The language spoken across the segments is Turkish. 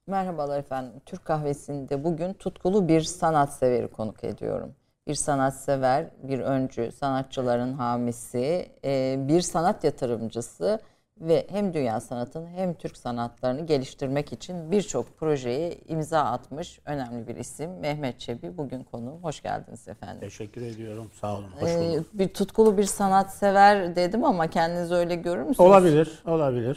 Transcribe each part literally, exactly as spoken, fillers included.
Merhabalar efendim. Türk Kahvesi'nde bugün tutkulu bir sanatseveri konuk ediyorum. Bir sanatsever, bir öncü, sanatçıların hamisi, e, bir sanat yatırımcısı ve hem dünya sanatını hem Türk sanatlarını geliştirmek için birçok projeye imza atmış önemli bir isim Mehmet Çebi. Bugün konuğum. Hoş geldiniz efendim. Teşekkür ediyorum. Sağ olun. Hoş E, bulduk. bir tutkulu bir sanatsever dedim ama kendiniz öyle görür müsünüz? Olabilir, olabilir.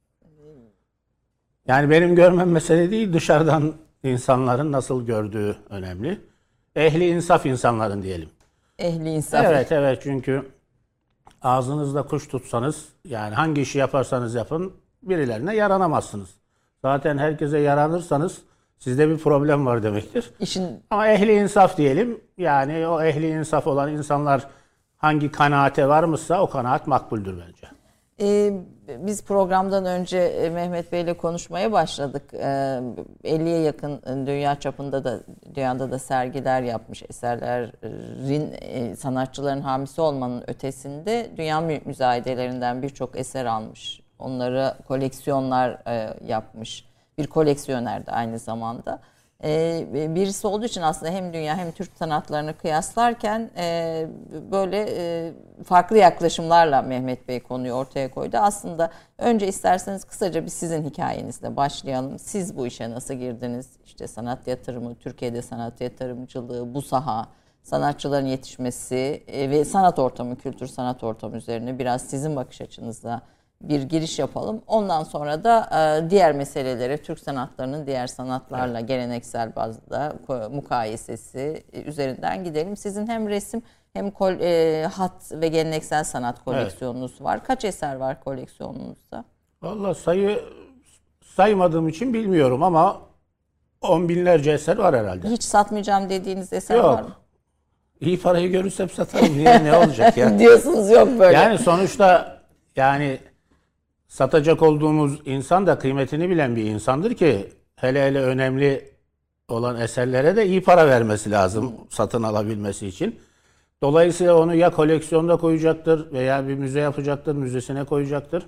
Yani benim görmem mesele değil, dışarıdan insanların nasıl gördüğü önemli. Ehli insaf insanların diyelim. Ehli insaf. Evet, evet çünkü ağzınızda kuş tutsanız, yani hangi işi yaparsanız yapın birilerine yaranamazsınız. Zaten herkese yaranırsanız sizde bir problem var demektir. İşin Ama ehli insaf diyelim. Yani o ehli insaf olan insanlar hangi kanaate varmışsa o kanaat makbuldür bence. Ee, biz programdan önce e, Mehmet Bey ile konuşmaya başladık. Ee, elliye yakın dünya çapında da dünyada da sergiler yapmış, eserlerin e, sanatçıların hamisi olmanın ötesinde dünya mü- müzayedelerinden birçok eser almış. Onları koleksiyonlar e, yapmış. Bir koleksiyoner de aynı zamanda. Ee, birisi olduğu için aslında hem dünya hem Türk sanatlarını kıyaslarken e, böyle e, farklı yaklaşımlarla Mehmet Bey konuyu ortaya koydu. Aslında önce isterseniz kısaca bir sizin hikayenizle başlayalım. Siz bu işe nasıl girdiniz? İşte sanat yatırımı, Türkiye'de sanat yatırımcılığı, bu saha, sanatçıların yetişmesi e, ve sanat ortamı, kültür sanat ortamı üzerine biraz sizin bakış açınızla bir giriş yapalım. Ondan sonra da e, diğer meselelere, Türk sanatlarının diğer sanatlarla evet. geleneksel bazda mukayesesi e, üzerinden gidelim. Sizin hem resim hem kol, e, hat ve geleneksel sanat koleksiyonunuz evet. var. Kaç eser var koleksiyonunuzda? Vallahi sayı saymadığım için bilmiyorum ama on binlerce eser var herhalde. Hiç satmayacağım dediğiniz eser yok. var mı? İyi parayı görürsem satarım. Niye, ne olacak ya? Diyorsunuz yok böyle. Yani sonuçta yani satacak olduğumuz insan da kıymetini bilen bir insandır ki hele hele önemli olan eserlere de iyi para vermesi lazım hmm. satın alabilmesi için. Dolayısıyla onu ya koleksiyonda koyacaktır veya bir müze yapacaktır, müzesine koyacaktır.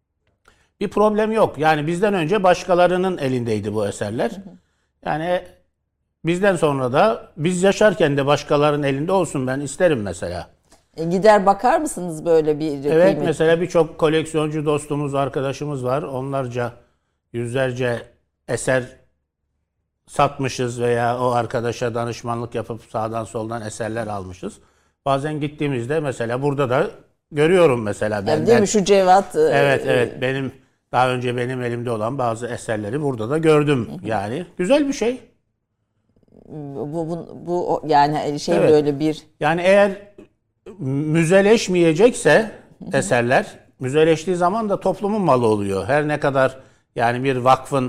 Bir problem yok. Yani bizden önce başkalarının elindeydi bu eserler. Yani bizden sonra da biz yaşarken de başkalarının elinde olsun ben isterim mesela. E, gider bakar mısınız böyle bir Evet kıymet? Mesela birçok koleksiyoncu dostumuz, arkadaşımız var. Onlarca, yüzlerce eser satmışız veya o arkadaşa danışmanlık yapıp sağdan soldan eserler almışız. Bazen gittiğimizde mesela burada da görüyorum mesela benden. Yani değil mi şu Cevat? Evet evet benim daha önce benim elimde olan bazı eserleri burada da gördüm. Yani güzel bir şey. Bu, bu, bu yani şey evet. böyle bir... Yani eğer müzeleşmeyecekse eserler, müzeleştiği zaman da toplumun malı oluyor. Her ne kadar yani bir vakfın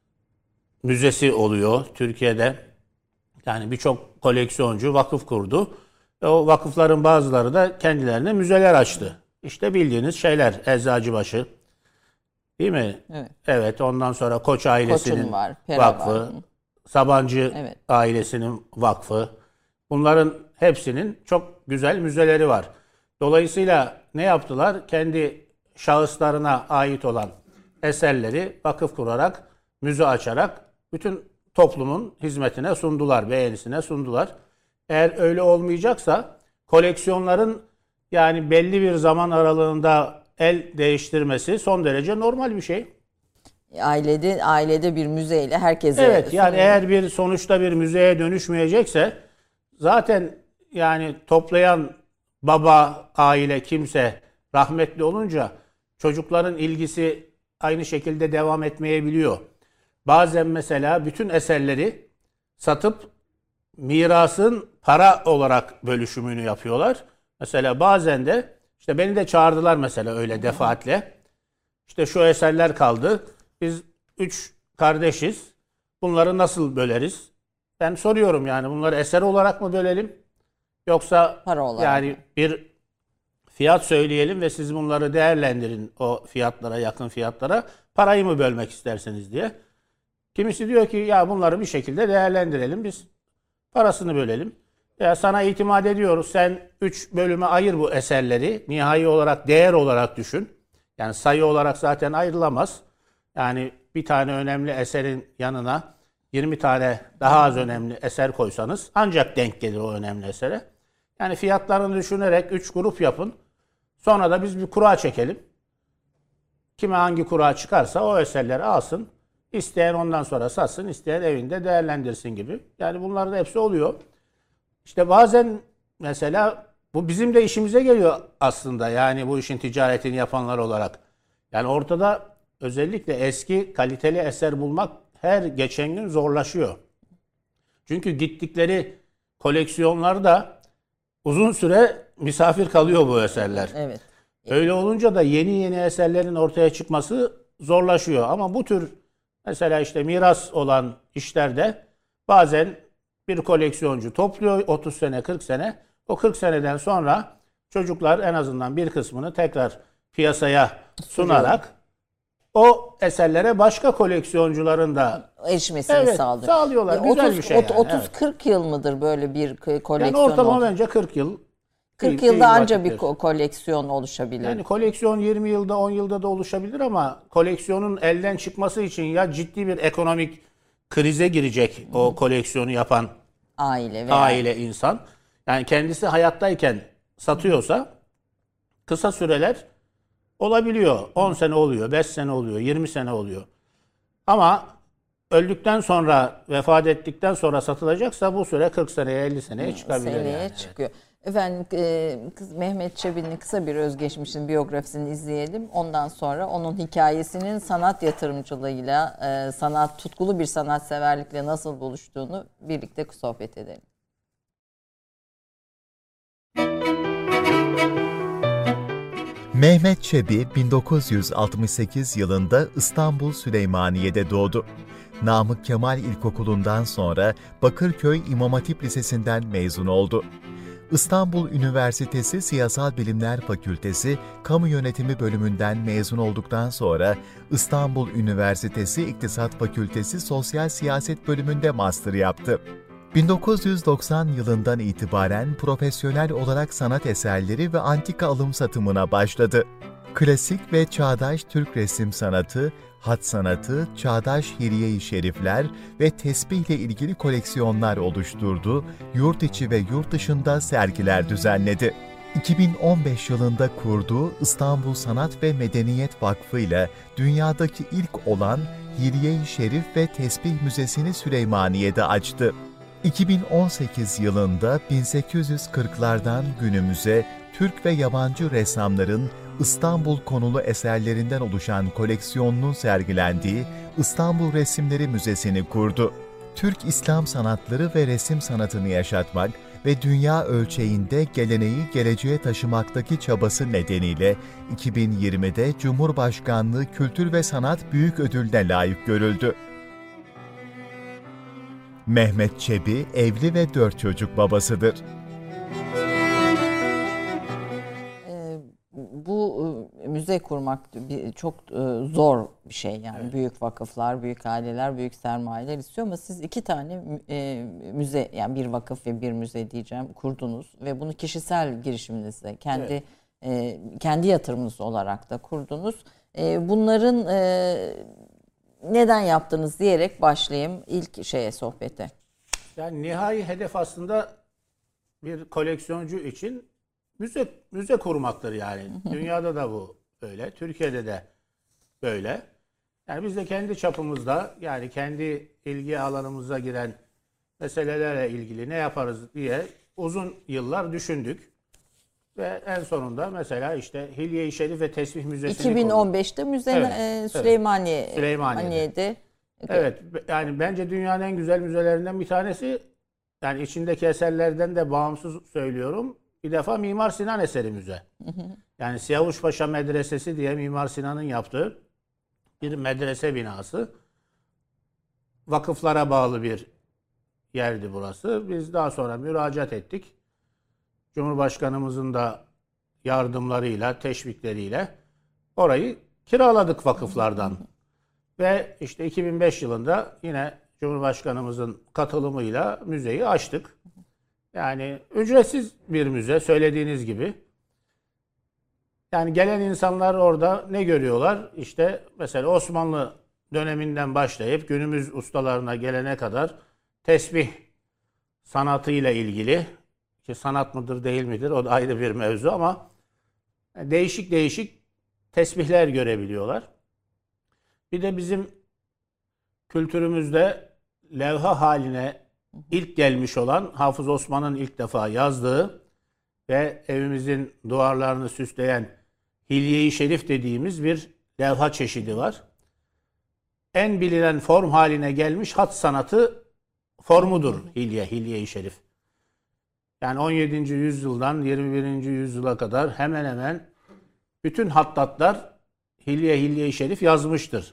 müzesi oluyor Türkiye'de. Yani birçok koleksiyoncu vakıf kurdu. Ve o vakıfların bazıları da kendilerine müzeler açtı. İşte bildiğiniz şeyler, Eczacıbaşı, değil mi? Evet. Evet. Ondan sonra Koç ailesinin var, vakfı, var. Sabancı evet. ailesinin vakfı. Bunların hepsinin çok güzel müzeleri var. Dolayısıyla ne yaptılar? Kendi şahıslarına ait olan eserleri vakıf kurarak, müze açarak bütün toplumun hizmetine sundular, beğenisine sundular. Eğer öyle olmayacaksa koleksiyonların yani belli bir zaman aralığında el değiştirmesi son derece normal bir şey. Ailede ailede bir müzeyle herkese Evet yani sunuyor. eğer bir sonuçta bir müzeye dönüşmeyecekse zaten yani toplayan baba, aile kimse rahmetli olunca çocukların ilgisi aynı şekilde devam etmeyebiliyor. Bazen mesela bütün eserleri satıp mirasın para olarak bölüşümünü yapıyorlar. Mesela bazen de işte beni de çağırdılar mesela öyle defaatle. İşte şu eserler kaldı. Biz üç kardeşiz. Bunları nasıl böleriz? Ben soruyorum yani bunları eser olarak mı bölelim? Yoksa para olarak yani bir fiyat söyleyelim ve siz bunları değerlendirin o fiyatlara, yakın fiyatlara. Parayı mı bölmek isterseniz diye. Kimisi diyor ki ya bunları bir şekilde değerlendirelim. Biz parasını bölelim. Ya sana itimat ediyoruz. Sen üç bölüme ayır bu eserleri. Nihai olarak, değer olarak düşün. Yani sayı olarak zaten ayrılamaz. Yani bir tane önemli eserin yanına yirmi tane daha az önemli eser koysanız ancak denk gelir o önemli esere. Yani fiyatlarını düşünerek üç grup yapın. Sonra da biz bir kura çekelim. Kime hangi kura çıkarsa o eserleri alsın. İsteyen ondan sonra satsın, isteyen evinde değerlendirsin gibi. Yani bunların hepsi oluyor. İşte bazen mesela bu bizim de işimize geliyor aslında. Yani bu işin ticaretini yapanlar olarak. Yani ortada özellikle eski kaliteli eser bulmak her geçen gün zorlaşıyor. Çünkü gittikleri koleksiyonlarda uzun süre misafir kalıyor bu eserler. Evet. Öyle olunca da yeni yeni eserlerin ortaya çıkması zorlaşıyor. Ama bu tür mesela işte miras olan işlerde bazen bir koleksiyoncu topluyor otuz sene kırk sene. O kırk seneden sonra çocuklar en azından bir kısmını tekrar piyasaya sunarak o eserlere başka koleksiyoncuların da erişmesini evet, sağlıyor. sağlıyorlar. Ya Güzel otuz, bir şey yani. otuz kırk yıl mıdır böyle bir koleksiyon? Yani ortalama oldu? bence kırk yıl. kırk bir- yılda bir anca bir vakittir. ko- koleksiyon oluşabilir. Yani koleksiyon yirmi yılda on yılda da oluşabilir ama koleksiyonun elden çıkması için ya ciddi bir ekonomik krize girecek o koleksiyonu yapan Aile veya aile insan. Yani kendisi hayattayken satıyorsa kısa süreler olabiliyor. on sene oluyor, beş sene oluyor, yirmi sene oluyor. Ama öldükten sonra, vefat ettikten sonra satılacaksa bu süre kırk seneye, elli seneye çıkabilir. seneye yani. çıkıyor. Efendim e, kız- Mehmet Çebi'nin kısa bir özgeçmişin biyografisini izleyelim. Ondan sonra onun hikayesinin sanat yatırımcılığıyla, e, sanat tutkulu bir sanatseverlikle nasıl buluştuğunu birlikte sohbet edelim. Mehmet Çebi bin dokuz yüz altmış sekiz yılında İstanbul Süleymaniye'de doğdu. Namık Kemal İlkokulu'ndan sonra Bakırköy İmam Hatip Lisesi'nden mezun oldu. İstanbul Üniversitesi Siyasal Bilimler Fakültesi Kamu Yönetimi bölümünden mezun olduktan sonra İstanbul Üniversitesi İktisat Fakültesi Sosyal Siyaset bölümünde master yaptı. bin dokuz yüz doksan yılından itibaren profesyonel olarak sanat eserleri ve antika alım satımına başladı. Klasik ve çağdaş Türk resim sanatı, hat sanatı, çağdaş hiriye-i şerifler ve tesbihle ilgili koleksiyonlar oluşturdu, yurt içi ve yurt dışında sergiler düzenledi. iki bin on beş yılında kurduğu İstanbul Sanat ve Medeniyet Vakfı ile dünyadaki ilk olan Hiriye-i Şerif ve Tesbih Müzesi'ni Süleymaniye'de açtı. iki bin on sekiz yılında bin sekiz yüz kırklardan günümüze Türk ve yabancı ressamların İstanbul konulu eserlerinden oluşan koleksiyonunun sergilendiği İstanbul Resimleri Müzesi'ni kurdu. Türk İslam sanatları ve resim sanatını yaşatmak ve dünya ölçeğinde geleneği geleceğe taşımaktaki çabası nedeniyle iki bin yirmide Cumhurbaşkanlığı Kültür ve Sanat Büyük Ödülü'ne layık görüldü. Mehmet Çebi evli ve dört çocuk babasıdır. Bu e, müze kurmak bir, çok e, zor bir şey yani. Evet. Büyük vakıflar, büyük aileler, büyük sermayeler istiyor ama siz iki tane e, müze, yani bir vakıf ve bir müze diyeceğim, kurdunuz ve bunu kişisel girişiminizle, kendi evet. e, kendi yatırımınız olarak da kurdunuz. E, bunların e, neden yaptınız diyerek başlayayım ilk şeye, sohbete. Yani nihai hedef aslında bir koleksiyoncu için müze müze kurmaktır yani. Dünyada da bu böyle, Türkiye'de de böyle. Yani biz de kendi çapımızda, yani kendi ilgi alanımıza giren meselelerle ilgili ne yaparız diye uzun yıllar düşündük. Ve en sonunda mesela işte Hilye-i Şerif ve Tesbih Müzesi'ni iki bin on beşte müze evet, e, Süleymaniye, evet. Süleymaniye'de. Evet, yani bence dünyanın en güzel müzelerinden bir tanesi. Yani içindeki eserlerden de bağımsız söylüyorum. Bir defa Mimar Sinan eseri müze. Yani Siyavuşpaşa Medresesi diye Mimar Sinan'ın yaptığı bir medrese binası. Vakıflara bağlı bir yerdi burası. Biz daha sonra müracaat ettik. Cumhurbaşkanımızın da yardımlarıyla, teşvikleriyle orayı kiraladık vakıflardan. Ve işte iki bin beş yılında yine Cumhurbaşkanımızın katılımıyla müzeyi açtık. Yani ücretsiz bir müze, söylediğiniz gibi. Yani gelen insanlar orada ne görüyorlar? İşte mesela Osmanlı döneminden başlayıp günümüz ustalarına gelene kadar tesbih sanatıyla ilgili, ki sanat mıdır değil midir o da ayrı bir mevzu, ama değişik değişik tesbihler görebiliyorlar. Bir de bizim kültürümüzde levha haline ilk gelmiş olan Hafız Osman'ın ilk defa yazdığı ve evimizin duvarlarını süsleyen Hilye-i Şerif dediğimiz bir levha çeşidi var. En bilinen form haline gelmiş hat sanatı formudur hilye, Hilye-i Şerif. Yani on yedinci yüzyıldan yirmi birinci yüzyıla kadar hemen hemen bütün hattatlar Hilye, Hilye-i Şerif yazmıştır.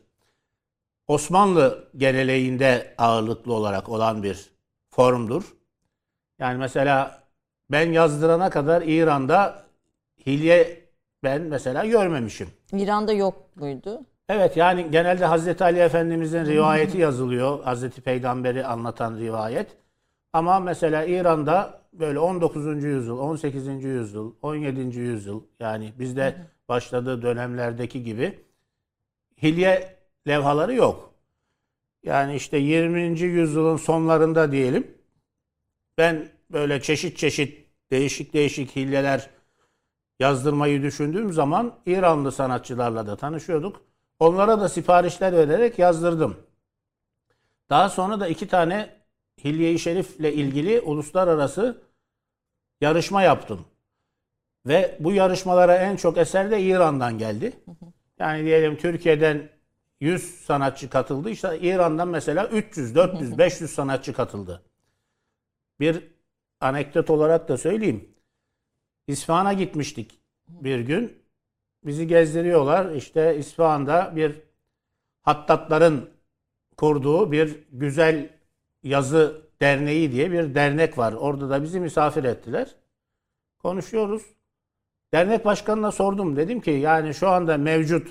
Osmanlı geleneğinde ağırlıklı olarak olan bir formdur. Yani mesela ben yazdırana kadar İran'da hilye ben mesela görmemişim. İran'da yok muydu? Evet, yani genelde Hazreti Ali Efendimizin rivayeti yazılıyor. Hazreti Peygamber'i anlatan rivayet. Ama mesela İran'da böyle on dokuzuncu yüzyıl, on sekizinci yüzyıl, on yedinci yüzyıl, yani bizde başladığı dönemlerdeki gibi hilye levhaları yok. Yani işte yirminci yüzyılın sonlarında diyelim, ben böyle çeşit çeşit değişik değişik hilyeler yazdırmayı düşündüğüm zaman İranlı sanatçılarla da tanışıyorduk. Onlara da siparişler vererek yazdırdım. Daha sonra da iki tane Hilye-i Şerif'le ilgili uluslararası yarışma yaptım. Ve bu yarışmalara en çok eser de İran'dan geldi. Yani diyelim Türkiye'den yüz sanatçı katıldı. İşte İran'dan mesela üç yüz, dört yüz, beş yüz sanatçı katıldı. Bir anekdot olarak da söyleyeyim. İsfahan'a gitmiştik bir gün. Bizi gezdiriyorlar. İşte İsfahan'da bir hattatların kurduğu bir güzel yazı derneği diye bir dernek var. Orada da bizi misafir ettiler. Konuşuyoruz. Dernek başkanına sordum. Dedim ki yani şu anda mevcut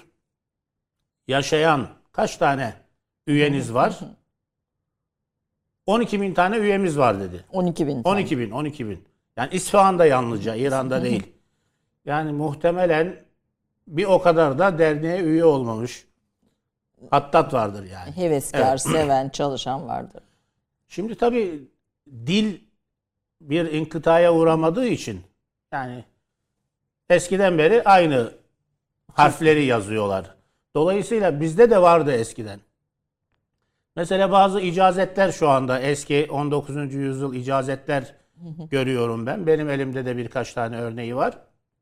yaşayan kaç tane üyeniz var? on iki bin tane üyemiz var dedi. on iki bin. on iki bin, on iki bin. Yani İsfahan'da yalnızca, İran'da değil. Yani muhtemelen bir o kadar da derneğe üye olmamış hattat vardır yani. Heveskar, Evet. seven, çalışan vardır. Şimdi tabii dil bir inkıtaya uğramadığı için yani eskiden beri aynı harfleri yazıyorlar. Dolayısıyla bizde de vardı eskiden. Mesela bazı icazetler şu anda eski on dokuzuncu yüzyıl icazetler görüyorum ben. Benim elimde de birkaç tane örneği var.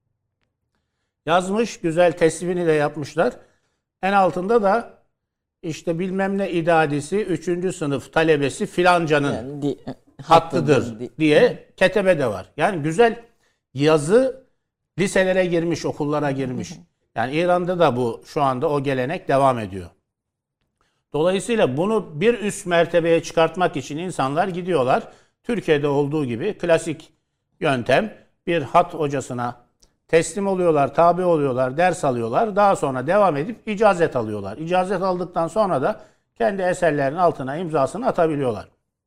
Yazmış, güzel teslimini de yapmışlar. En altında da işte bilmem ne idadisi üçüncü sınıf talebesi filancanın Yani di, hattıdır di, diye ketebe de var. Yani güzel yazı liselere girmiş, okullara girmiş. Yani İran'da da bu şu anda o gelenek devam ediyor. Dolayısıyla bunu bir üst mertebeye çıkartmak için insanlar gidiyorlar. Türkiye'de olduğu gibi klasik yöntem, bir hat hocasına teslim oluyorlar, tabi oluyorlar, ders alıyorlar. Daha sonra devam edip icazet alıyorlar. İcazet aldıktan sonra da kendi eserlerinin altına imzasını atabiliyorlar.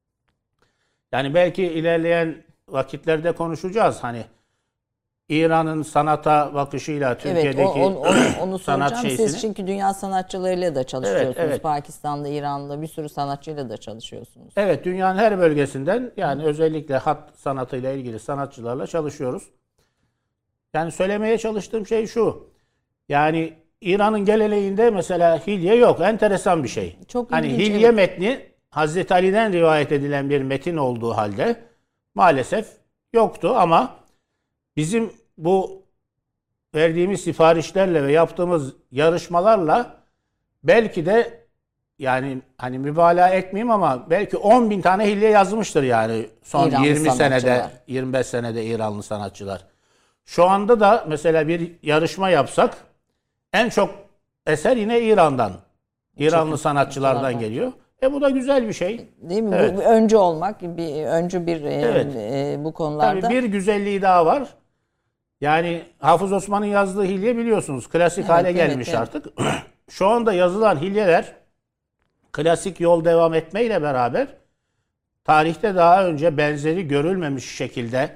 Yani belki ilerleyen vakitlerde konuşacağız. Hani İran'ın sanata bakışıyla Türkiye'deki evet, onu, onu, onu sanat soracağım. şeysini. Siz çünkü dünya sanatçılarıyla da çalışıyorsunuz. Evet, evet. Pakistan'da, İran'da bir sürü sanatçıyla da çalışıyorsunuz. Evet, dünyanın her bölgesinden yani özellikle hat sanatıyla ilgili sanatçılarla çalışıyoruz. Yani söylemeye çalıştığım şey şu. Yani İran'ın geleneğinde mesela hilye yok. Enteresan bir şey. Çok hani ilginç, hilye evet. metni Hazreti Ali'den rivayet edilen bir metin olduğu halde maalesef yoktu ama bizim bu verdiğimiz siparişlerle ve yaptığımız yarışmalarla belki de yani hani mübalağa etmeyeyim ama belki on bin tane hilye yazmıştır yani son İranlı yirmi senede, sanatçılar. yirmi beş senede İranlı sanatçılar. Şu anda da mesela bir yarışma yapsak en çok eser yine İran'dan, İranlı Çok sanatçılardan sanatçılardan. geliyor. E bu da güzel bir şey. Değil mi? Evet. Bu öncü olmak, bir öncü bir e, Evet. e, bu konularda. Tabii bir güzelliği daha var. Yani Hafız Osman'ın yazdığı hilye biliyorsunuz klasik Evet, hale evet, gelmiş evet. artık. Şu anda yazılan hilyeler klasik yol devam etmeyle beraber tarihte daha önce benzeri görülmemiş şekilde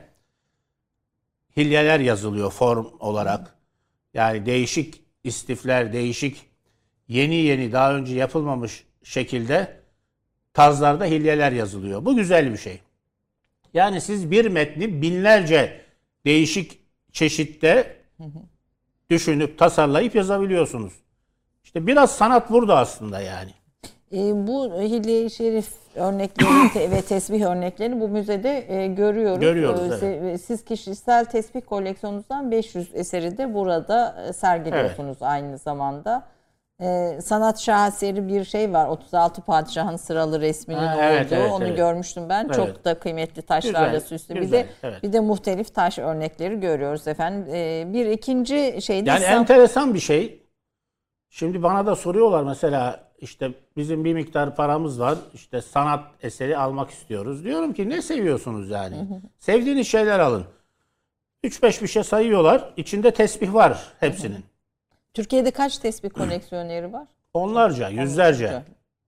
hilyeler yazılıyor form olarak. Yani değişik istifler, değişik yeni yeni daha önce yapılmamış şekilde tarzlarda hilyeler yazılıyor. Bu güzel bir şey. Yani siz bir metni binlerce değişik çeşitte düşünüp tasarlayıp yazabiliyorsunuz. İşte biraz sanat burada aslında yani. E, bu Hilye-i Şerif örnekleri te- ve tesbih örneklerini bu müzede e, görüyoruz. Görüyoruz, E, evet. Siz kişisel tesbih koleksiyonunuzdan beş yüz eseri de burada e, sergiliyorsunuz evet. aynı zamanda. E, sanat şaheseri bir şey var. otuz altı padişahın sıralı resminin ha, olduğu. Evet, evet, Onu evet. görmüştüm ben. Evet. Çok da kıymetli taşlarla Güzel, süslü. güzel, Bir de evet. bir de muhtelif taş örnekleri görüyoruz efendim. E, bir ikinci şey de yani san- enteresan bir şey. Şimdi bana da soruyorlar mesela işte bizim bir miktar paramız var. İşte sanat eseri almak istiyoruz. Diyorum ki ne seviyorsunuz yani? Hı hı. Sevdiğiniz şeyler alın. üç beş bir şey sayıyorlar. İçinde tesbih var hepsinin. Hı hı. Türkiye'de kaç tesbih koleksiyoneri var? Onlarca, yüzlerce.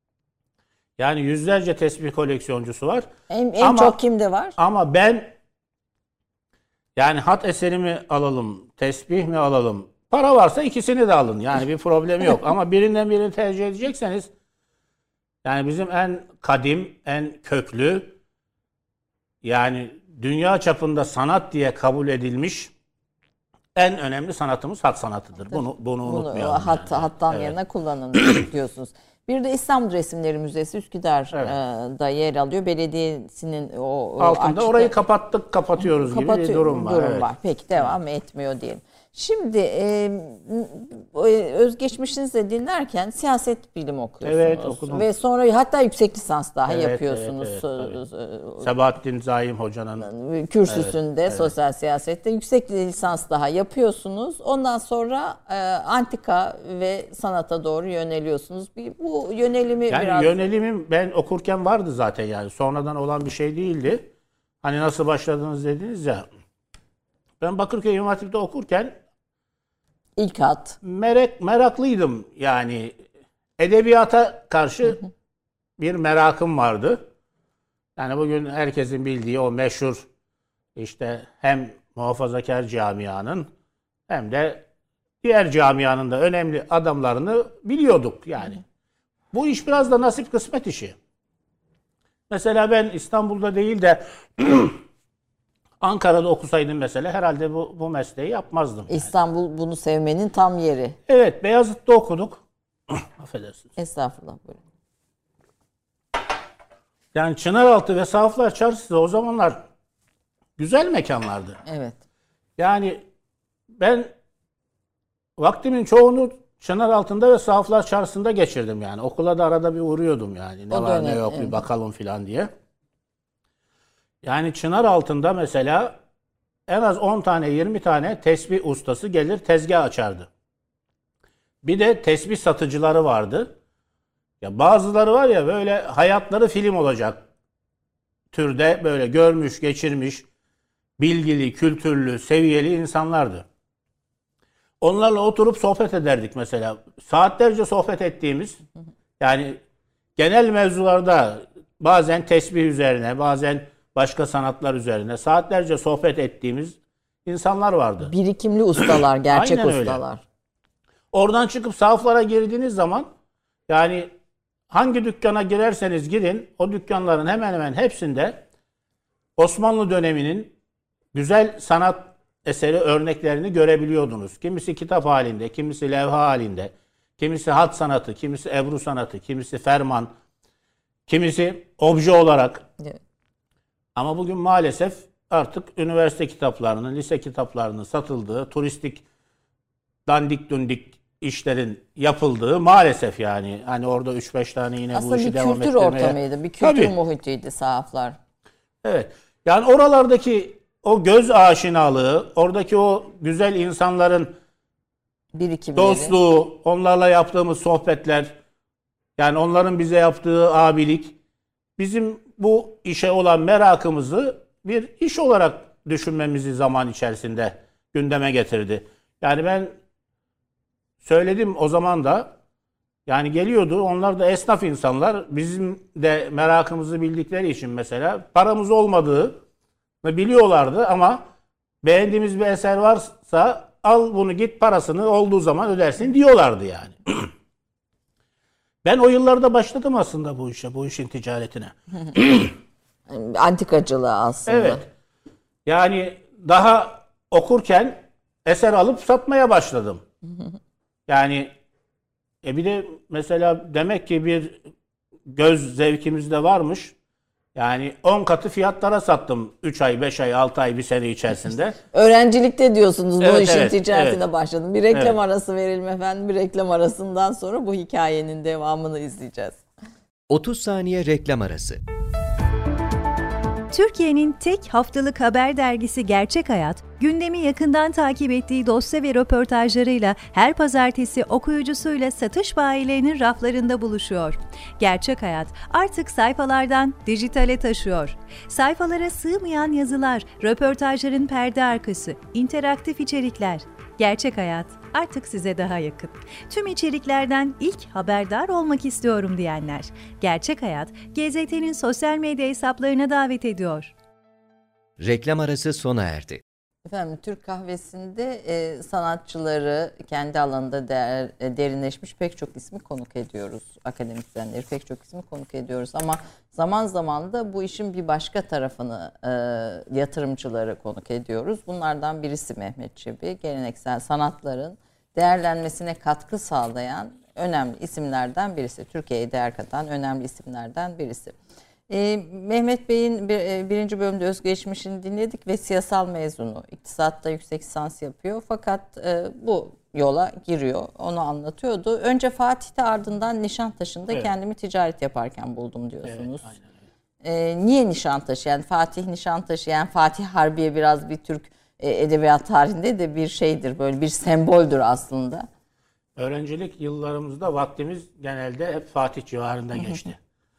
Yani yüzlerce tesbih koleksiyoncusu var. En, en ama, çok kimde var? Ama ben yani hat eseri mi alalım, tesbih mi alalım? Para varsa ikisini de alın. Yani bir problem yok. Ama birinden birini tercih edecekseniz yani bizim en kadim, en köklü yani dünya çapında sanat diye kabul edilmiş en önemli sanatımız hat sanatıdır. Bunu bunu, bunu unutmayalım. Hat, yani. Hattan evet. yerine kullanın diyorsunuz. Bir de İstanbul Resimleri Müzesi Üsküdar'da evet. yer alıyor. Belediyesinin o altında açtı. Orayı kapattık, kapatıyoruz Kapatıyor, gibi bir durum var. Durum evet. var. Peki devam evet. etmiyor diyelim. Şimdi e, özgeçmişinizi dinlerken siyaset bilimi okuyorsunuz. Evet, okudum. Ve sonra hatta yüksek lisans daha evet, yapıyorsunuz. Evet, evet, Sebahattin Zaim Hoca'nın kürsüsünde evet, sosyal evet. siyasette yüksek lisans daha yapıyorsunuz. Ondan sonra e, antika ve sanata doğru yöneliyorsunuz. Bir, bu yönelimi yani biraz... yönelimim ben okurken vardı zaten yani. Sonradan olan bir şey değildi. Hani nasıl başladınız dediniz ya. Ben Bakırköy İmam Hatip'te okurken İlk hat. Merak, meraklıydım yani. Edebiyata karşı hı hı. bir merakım vardı. Yani bugün herkesin bildiği o meşhur işte hem muhafazakar camianın hem de diğer camianın da önemli adamlarını biliyorduk yani. Hı hı. Bu iş biraz da nasip kısmet işi. Mesela ben İstanbul'da değil de Ankara'da okusaydım mesela herhalde bu, bu mesleği yapmazdım. Yani. İstanbul bunu sevmenin tam yeri. Evet, Beyazıt'ta okuduk. Affedersiniz. Estağfurullah. Buyurun. Yani Çınaraltı ve Sahaflar Çarşısı o zamanlar güzel mekanlardı. Evet. Yani ben vaktimin çoğunu Çınaraltı'nda ve Sahaflar Çarşısı'nda geçirdim yani. Okula da arada bir uğruyordum yani. Ne o var dönem, ne yok evet. bir bakalım filan diye. Yani Çınaraltı'nda mesela en az on tane yirmi tane tesbih ustası gelir tezgah açardı. Bir de tesbih satıcıları vardı. Ya bazıları var ya böyle hayatları film olacak türde böyle görmüş, geçirmiş, bilgili, kültürlü, seviyeli insanlardı. Onlarla oturup sohbet ederdik mesela. Saatlerce sohbet ettiğimiz yani genel mevzularda bazen tesbih üzerine, bazen başka sanatlar üzerine saatlerce sohbet ettiğimiz insanlar vardı. Birikimli ustalar, gerçek Aynen ustalar. Öyle. Oradan çıkıp sahaflara girdiğiniz zaman yani hangi dükkana girerseniz girin o dükkanların hemen hemen hepsinde Osmanlı döneminin güzel sanat eseri örneklerini görebiliyordunuz. Kimisi kitap halinde, kimisi levha halinde, kimisi hat sanatı, kimisi ebru sanatı, kimisi ferman, kimisi obje olarak. Evet. Ama bugün maalesef artık üniversite kitaplarının, lise kitaplarının satıldığı, turistik dandik dundik işlerin yapıldığı maalesef yani. Hani orada üç beş tane yine aslında bu işi devam ettirmeye. Aslında bir kültür ortamıydı, bir kültür Tabii. muhitiydi sahaflar. Evet. Yani oralardaki o göz aşinalığı, oradaki o güzel insanların birikimleri, dostluğu, onlarla yaptığımız sohbetler, yani onların bize yaptığı abilik, bizim bu işe olan merakımızı bir iş olarak düşünmemizi zaman içerisinde gündeme getirdi. Yani ben söyledim o zaman da, yani geliyordu, onlar da esnaf insanlar, bizim de merakımızı bildikleri için mesela paramız olmadığını biliyorlardı ama beğendiğimiz bir eser varsa al bunu git parasını olduğu zaman ödersin diyorlardı yani. Ben o yıllarda başladım aslında bu işe, bu işin ticaretine. Antikacılığa aslında. Evet. Yani daha okurken eser alıp satmaya başladım. Yani e bir de mesela demek ki bir göz zevkimizde varmış. Yani on katı fiyatlara sattım üç ay, beş ay, altı ay, bir sene içerisinde. Öğrencilikte diyorsunuz bu Evet, işin evet, ticaretine evet. başladım. Bir reklam Evet. arası verelim efendim. Bir reklam arasından sonra bu hikayenin devamını izleyeceğiz. otuz saniye reklam arası. Türkiye'nin tek haftalık haber dergisi Gerçek Hayat, gündemi yakından takip ettiği dosya ve röportajlarıyla her pazartesi okuyucusuyla satış bayilerinin raflarında buluşuyor. Gerçek Hayat artık sayfalardan dijitale taşıyor. Sayfalara sığmayan yazılar, röportajların perde arkası, interaktif içerikler. Gerçek Hayat artık size daha yakın. Tüm içeriklerden ilk haberdar olmak istiyorum diyenler. Gerçek Hayat, G Z T'nin sosyal medya hesaplarına davet ediyor. Reklam arası sona erdi. Efendim Türk kahvesinde e, sanatçıları kendi alanında değer, e, derinleşmiş pek çok ismi konuk ediyoruz. Akademisyenleri pek çok ismi konuk ediyoruz. Ama zaman zaman da bu işin bir başka tarafını e, yatırımcıları konuk ediyoruz. Bunlardan birisi Mehmet Çebi. Geleneksel sanatların değerlenmesine katkı sağlayan önemli isimlerden birisi. Türkiye'ye değer katan önemli isimlerden birisi. Ee, Mehmet Bey'in bir, e, birinci bölümde özgeçmişini dinledik ve siyasal mezunu. İktisatta yüksek lisans yapıyor fakat e, bu yola giriyor. Onu anlatıyordu. Önce Fatih'te ardından Nişantaşı'nda evet. kendimi ticaret yaparken buldum diyorsunuz. Evet, aynen öyle. Ee, niye Nişantaşı? Yani Fatih Nişantaşı, yani Fatih Harbiye biraz bir Türk e, edebiyat tarihinde de bir şeydir. Böyle bir semboldür aslında. Öğrencilik yıllarımızda vaktimiz genelde hep Fatih civarında geçti.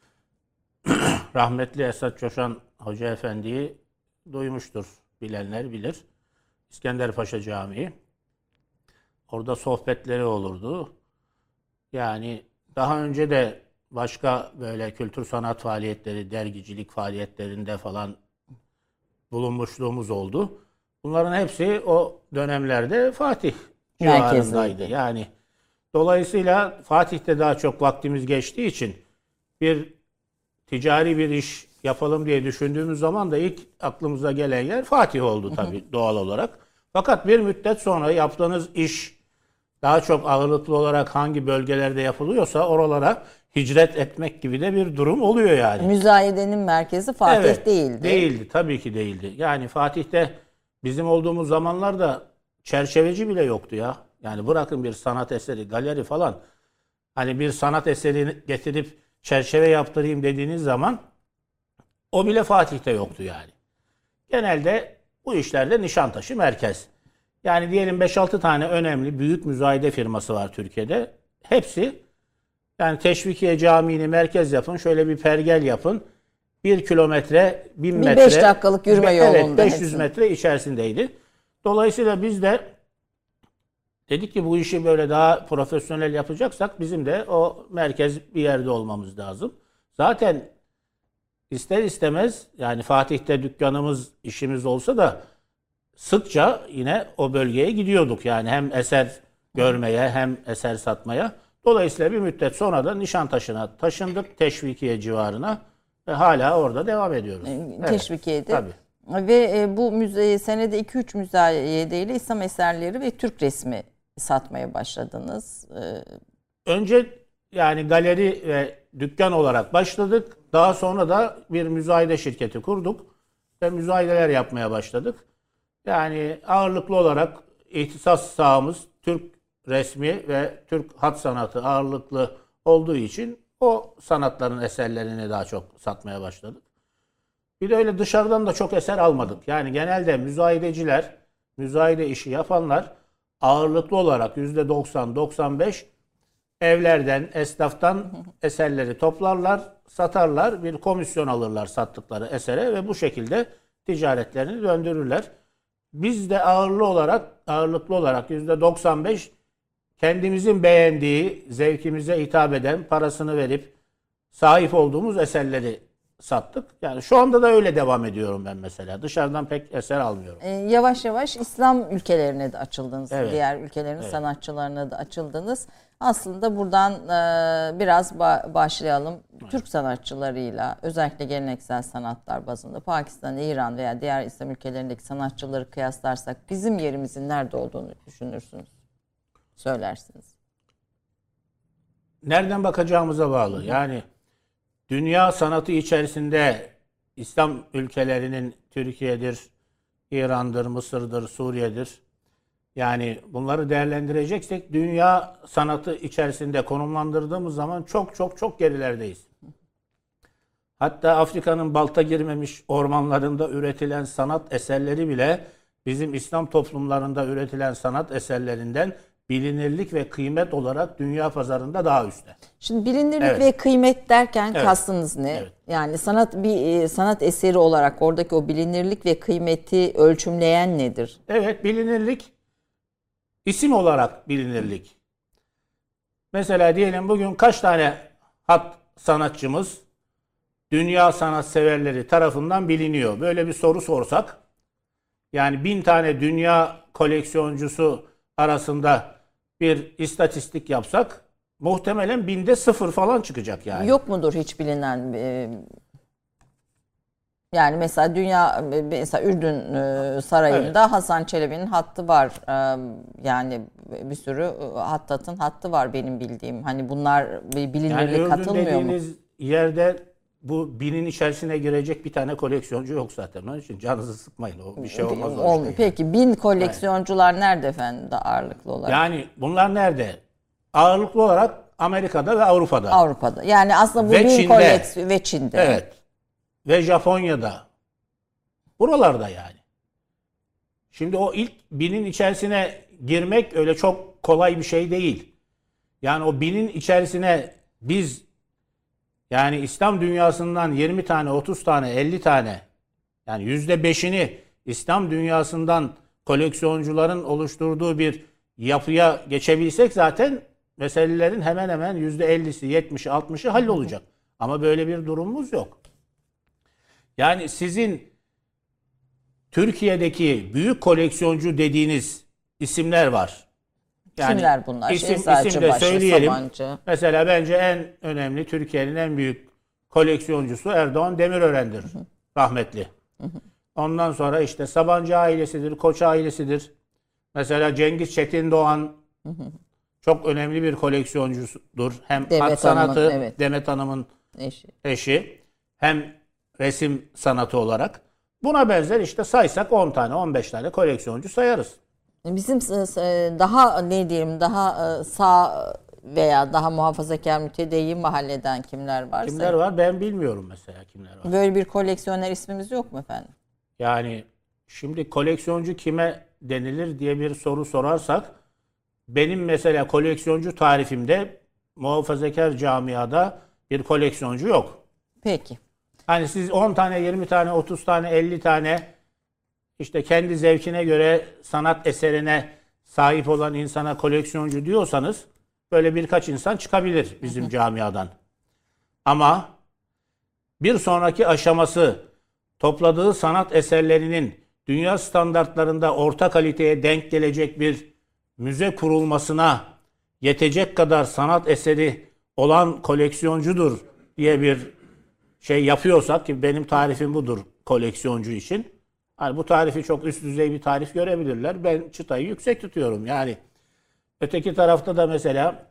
Rahmetli Esat Coşan Hoca Efendi'yi duymuştur. Bilenler bilir. İskenderpaşa Camii. Orada sohbetleri olurdu. Yani daha önce de başka böyle kültür sanat faaliyetleri, dergicilik faaliyetlerinde falan bulunmuşluğumuz oldu. Bunların hepsi o dönemlerde Fatih civarındaydı. Yani dolayısıyla Fatih'te daha çok vaktimiz geçtiği için bir ticari bir iş yapalım diye düşündüğümüz zaman da ilk aklımıza gelen yer Fatih oldu tabii, hı hı. doğal olarak. Fakat bir müddet sonra yaptığınız iş daha çok ağırlıklı olarak hangi bölgelerde yapılıyorsa oralara hicret etmek gibi de bir durum oluyor yani. Müzayedenin merkezi Fatih evet, değildi. Değildi, tabii ki değildi. Yani Fatih'te bizim olduğumuz zamanlarda çerçeveci bile yoktu ya. Yani bırakın bir sanat eseri, galeri falan. Hani bir sanat eseri getirip çerçeve yaptırayım dediğiniz zaman o bile Fatih'te yoktu yani. Genelde bu işlerde Nişantaşı merkez. Yani diyelim beş altı tane önemli büyük müzayede firması var Türkiye'de. Hepsi yani Teşvikiye Camii'ni merkez yapın, şöyle bir pergel yapın. Bir kilometre, bin metre. Bir beş dakikalık yürüme yolunda. Evet, beş yüz metre içerisindeydi. Dolayısıyla biz de dedik ki bu işi böyle daha profesyonel yapacaksak bizim de o merkez bir yerde olmamız lazım. Zaten ister istemez yani Fatih'te dükkanımız, işimiz olsa da sıkça yine o bölgeye gidiyorduk. Yani hem eser görmeye hem eser satmaya. Dolayısıyla bir müddet sonra da Nişantaşı'na taşındık, Teşvikiye civarına ve hala orada devam ediyoruz. Teşvikiye'de. Evet, tabii. Ve bu müze senede iki üç müzayedeyle İslam eserleri ve Türk resmi satmaya başladınız. Önce yani galeri ve dükkan olarak başladık. Daha sonra da bir müzayede şirketi kurduk ve müzayedeler yapmaya başladık. Yani ağırlıklı olarak ihtisas sahamız Türk resmi ve Türk hat sanatı ağırlıklı olduğu için o sanatların eserlerini daha çok satmaya başladık. Bir de öyle dışarıdan da çok eser almadık. Yani genelde müzayedeciler, müzayede işi yapanlar ağırlıklı olarak yüzde doksan doksan beş evlerden, esnaftan eserleri toplarlar, satarlar, bir komisyon alırlar sattıkları esere ve bu şekilde ticaretlerini döndürürler. Biz de ağırlıklı olarak ağırlıklı olarak yüzde doksan beş kendimizin beğendiği, zevkimize hitap eden, parasını verip sahip olduğumuz eserleri sattık. Yani şu anda da öyle devam ediyorum ben mesela. Dışarıdan pek eser almıyorum. Ee, yavaş yavaş İslam ülkelerine de açıldınız. Evet. Diğer ülkelerin evet. sanatçılarına da açıldınız. Aslında buradan e, biraz ba- başlayalım. Türk sanatçılarıyla, özellikle geleneksel sanatlar bazında Pakistan, İran veya diğer İslam ülkelerindeki sanatçıları kıyaslarsak bizim yerimizin nerede olduğunu düşünürsünüz? Söylersiniz. Nereden bakacağımıza bağlı. Yani dünya sanatı içerisinde İslam ülkelerinin Türkiye'dir, İran'dır, Mısır'dır, Suriye'dir. Yani bunları değerlendireceksek dünya sanatı içerisinde konumlandırdığımız zaman çok çok çok gerilerdeyiz. Hatta Afrika'nın balta girmemiş ormanlarında üretilen sanat eserleri bile bizim İslam toplumlarında üretilen sanat eserlerinden bilinirlik ve kıymet olarak dünya pazarında daha üstte. Şimdi bilinirlik Evet. ve kıymet derken Evet. kastınız ne? Evet. Yani sanat bir sanat eseri olarak oradaki o bilinirlik ve kıymeti ölçümleyen nedir? Evet, bilinirlik isim olarak bilinirlik. Mesela diyelim bugün kaç tane hat sanatçımız dünya sanatseverleri tarafından biliniyor? Böyle bir soru sorsak, yani bin tane dünya koleksiyoncusu arasında bir istatistik yapsak muhtemelen binde sıfır falan çıkacak yani. Yok mudur hiç bilinen e, yani mesela dünya mesela Ürdün e, sarayında Evet. Hasan Çelebi'nin hattı var. E, yani bir sürü e, hattatın hattı var benim bildiğim. Hani bunlar bir Yani bilinirlik Ürdün katılmıyor mu? dediğiniz yerde bu binin içerisine girecek bir tane koleksiyoncu yok zaten. Onun için canınızı sıkmayın. O bir şey olmaz. o Olmuyor. işte yani. Peki bin koleksiyoncular nerede efendim da ağırlıklı olarak? Yani bunlar nerede? Ağırlıklı olarak Amerika'da ve Avrupa'da. Avrupa'da. Yani aslında bu Ve bin Çin'de. koleksiyon ve Çin'de. Evet. Ve Japonya'da. Buralarda yani. Şimdi o ilk binin içerisine girmek öyle çok kolay bir şey değil. Yani o binin içerisine biz yani İslam dünyasından yirmi tane, otuz tane, elli tane yani yüzde beşini İslam dünyasından koleksiyoncuların oluşturduğu bir yapıya geçebilsek zaten meselelerin hemen hemen yüzde ellisi, yetmişi, altmışı hallolacak. Ama böyle bir durumumuz yok. Yani sizin Türkiye'deki büyük koleksiyoncu dediğiniz isimler var. Yani Kimler bunlar? İsim, Eczacı isim de başı, söyleyelim. Sabancı. Mesela bence en önemli Türkiye'nin en büyük koleksiyoncusu Erdoğan Demirören'dir. Rahmetli. Ondan sonra işte Sabancı ailesidir, Koç ailesidir. Mesela Cengiz Çetin Doğan çok önemli bir koleksiyoncusudur. Hem Demet hat sanatı, Hanım'ın, evet. Demet Hanım'ın Eşi. eşi, hem resim sanatı olarak. Buna benzer işte saysak on tane, on beş tane koleksiyoncu sayarız. Bizim e, daha ne diyelim daha e, sağ veya daha muhafazakar mütedeyyin mahalleden kimler varsa. Kimler var ben bilmiyorum mesela kimler var. Böyle bir koleksiyoner ismimiz yok mu efendim? Yani şimdi koleksiyoncu kime denilir diye bir soru sorarsak benim mesela koleksiyoncu tarifimde muhafazakar camiada bir koleksiyoncu yok. Peki. Hani siz on tane, yirmi tane, otuz tane, elli tane işte kendi zevkine göre sanat eserine sahip olan insana koleksiyoncu diyorsanız böyle birkaç insan çıkabilir bizim camiadan. Ama bir sonraki aşaması topladığı sanat eserlerinin dünya standartlarında orta kaliteye denk gelecek bir müze kurulmasına yetecek kadar sanat eseri olan koleksiyoncudur diye bir şey yapıyorsak ki benim tarifim budur koleksiyoncu için. Hani bu tarifi çok üst düzey bir tarif görebilirler. Ben çıtayı yüksek tutuyorum. Yani öteki tarafta da mesela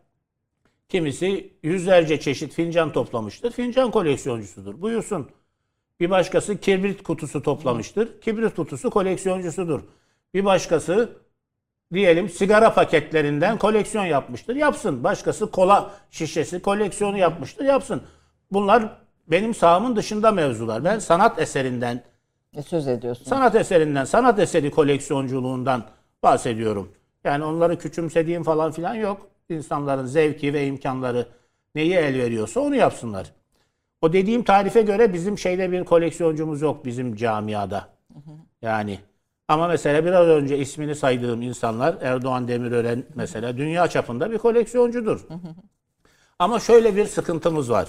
kimisi yüzlerce çeşit fincan toplamıştır. Fincan koleksiyoncusudur. Buyursun. Bir başkası kibrit kutusu toplamıştır. Kibrit kutusu koleksiyoncusudur. Bir başkası diyelim sigara paketlerinden koleksiyon yapmıştır. Yapsın. Başkası kola şişesi koleksiyonu yapmıştır. Yapsın. Bunlar benim sahamın dışında mevzular. Ben sanat eserinden E, söz ediyorsun. Sanat eserinden, sanat eseri koleksiyonculuğundan bahsediyorum. Yani onları küçümsediğim falan filan yok. İnsanların zevki ve imkanları neyi el veriyorsa onu yapsınlar. O dediğim tarife göre bizim şeyde bir koleksiyoncumuz yok bizim camiada. Yani ama mesela biraz önce ismini saydığım insanlar Erdoğan Demirören mesela dünya çapında bir koleksiyoncudur. Ama şöyle bir sıkıntımız var.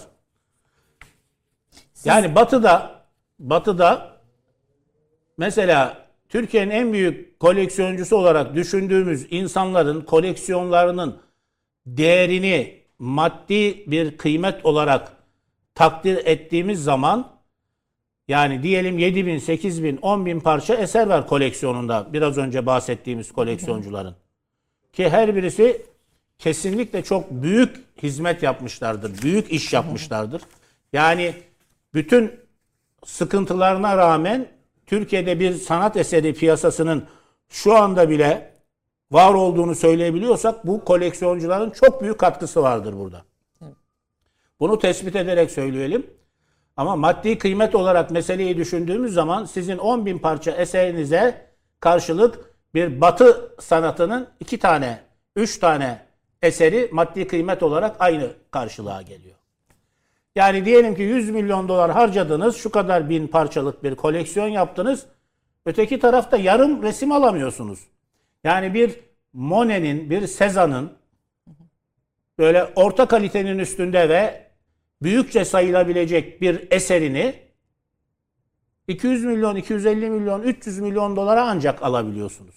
Yani Batı'da Batı'da mesela Türkiye'nin en büyük koleksiyoncusu olarak düşündüğümüz insanların koleksiyonlarının değerini maddi bir kıymet olarak takdir ettiğimiz zaman, yani diyelim yedi bin, sekiz bin, on bin parça eser var koleksiyonunda. Biraz önce bahsettiğimiz koleksiyoncuların. Ki her birisi kesinlikle çok büyük hizmet yapmışlardır. Büyük iş yapmışlardır. Yani bütün sıkıntılarına rağmen Türkiye'de bir sanat eseri piyasasının şu anda bile var olduğunu söyleyebiliyorsak bu koleksiyoncuların çok büyük katkısı vardır burada. Bunu tespit ederek söyleyelim. Ama maddi kıymet olarak meseleyi düşündüğümüz zaman sizin on bin parça eserinize karşılık bir Batı sanatının iki tane, üç tane eseri maddi kıymet olarak aynı karşılığa geliyor. Yani diyelim ki yüz milyon dolar harcadınız, şu kadar bin parçalık bir koleksiyon yaptınız. Öteki tarafta yarım resim alamıyorsunuz. Yani bir Monet'in, bir Cézanne'ın böyle orta kalitenin üstünde ve büyükçe sayılabilecek bir eserini iki yüz milyon, iki yüz elli milyon, üç yüz milyon dolara ancak alabiliyorsunuz.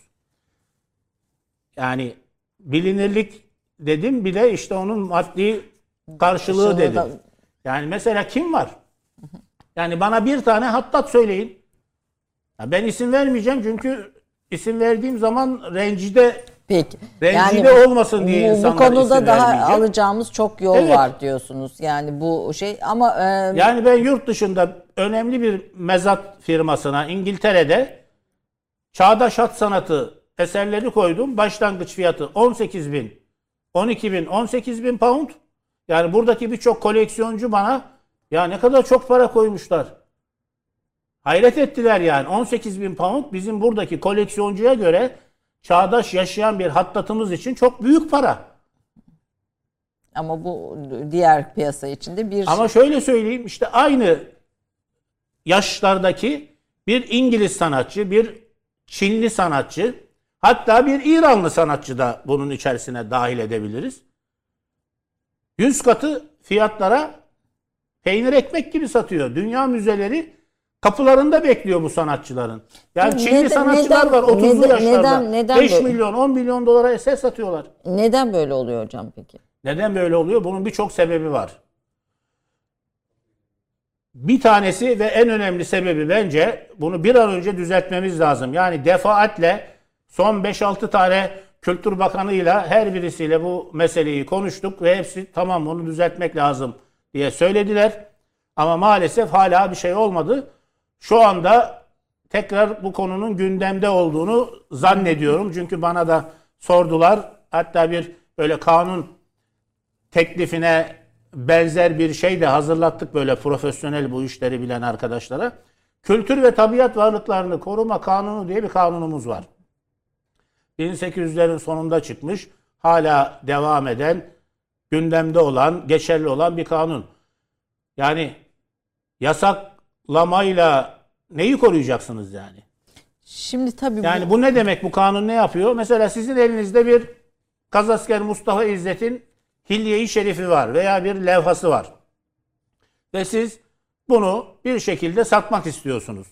Yani bilinirlik dedim, bir de işte onun maddi karşılığı dedim. Yani mesela kim var? Yani bana bir tane hattat söyleyin. Ya ben isim vermeyeceğim çünkü isim verdiğim zaman rencide Peki. rencide yani, olmasın diye bu, insanlar bu konuda isim daha vermeyecek. alacağımız çok yol Evet. var diyorsunuz. Yani bu şey ama e, yani ben yurt dışında önemli bir mezat firmasına İngiltere'de çağdaş hat sanatı eserleri koydum. Başlangıç fiyatı on sekiz bin, on iki bin, on sekiz bin pound. Yani buradaki birçok koleksiyoncu bana ya ne kadar çok para koymuşlar. Hayret ettiler yani. on sekiz bin pound bizim buradaki koleksiyoncuya göre çağdaş yaşayan bir hattatımız için çok büyük para. ama bu diğer piyasa içinde bir Ama şöyle söyleyeyim, işte aynı yaşlardaki bir İngiliz sanatçı, bir Çinli sanatçı, hatta bir İranlı sanatçı da bunun içerisine dahil edebiliriz. Yüz katı fiyatlara peynir ekmek gibi satıyor. Dünya müzeleri kapılarında bekliyor bu sanatçıların. Yani Çinli Neden- sanatçılar neden- var otuzlu neden- yaşlarda. neden- neden beş böyle? milyon, on milyon dolara eser satıyorlar. neden böyle oluyor hocam peki? Neden böyle oluyor? Bunun birçok sebebi var. Bir tanesi ve en önemli sebebi bence bunu bir an önce düzeltmemiz lazım. Yani defaatle son beş altı tane Kültür Bakanı'yla her birisiyle bu meseleyi konuştuk ve hepsi tamam bunu düzeltmek lazım diye söylediler. Ama maalesef hala bir şey olmadı. Şu anda tekrar bu konunun gündemde olduğunu zannediyorum. Çünkü bana da sordular. Hatta bir böyle kanun teklifine benzer bir şey de hazırlattık böyle profesyonel bu işleri bilen arkadaşlara. Kültür ve Tabiat Varlıklarını Koruma Kanunu diye bir kanunumuz var. bin sekiz yüzlerin sonunda çıkmış, hala devam eden, gündemde olan, geçerli olan bir kanun. Yani yasaklamayla neyi koruyacaksınız yani? Şimdi tabii Yani bu, bu ne demek, bu kanun ne yapıyor? Mesela sizin elinizde bir Kazasker Mustafa İzzet'in Hilye-i Şerifi var veya bir levhası var. Ve siz bunu bir şekilde satmak istiyorsunuz.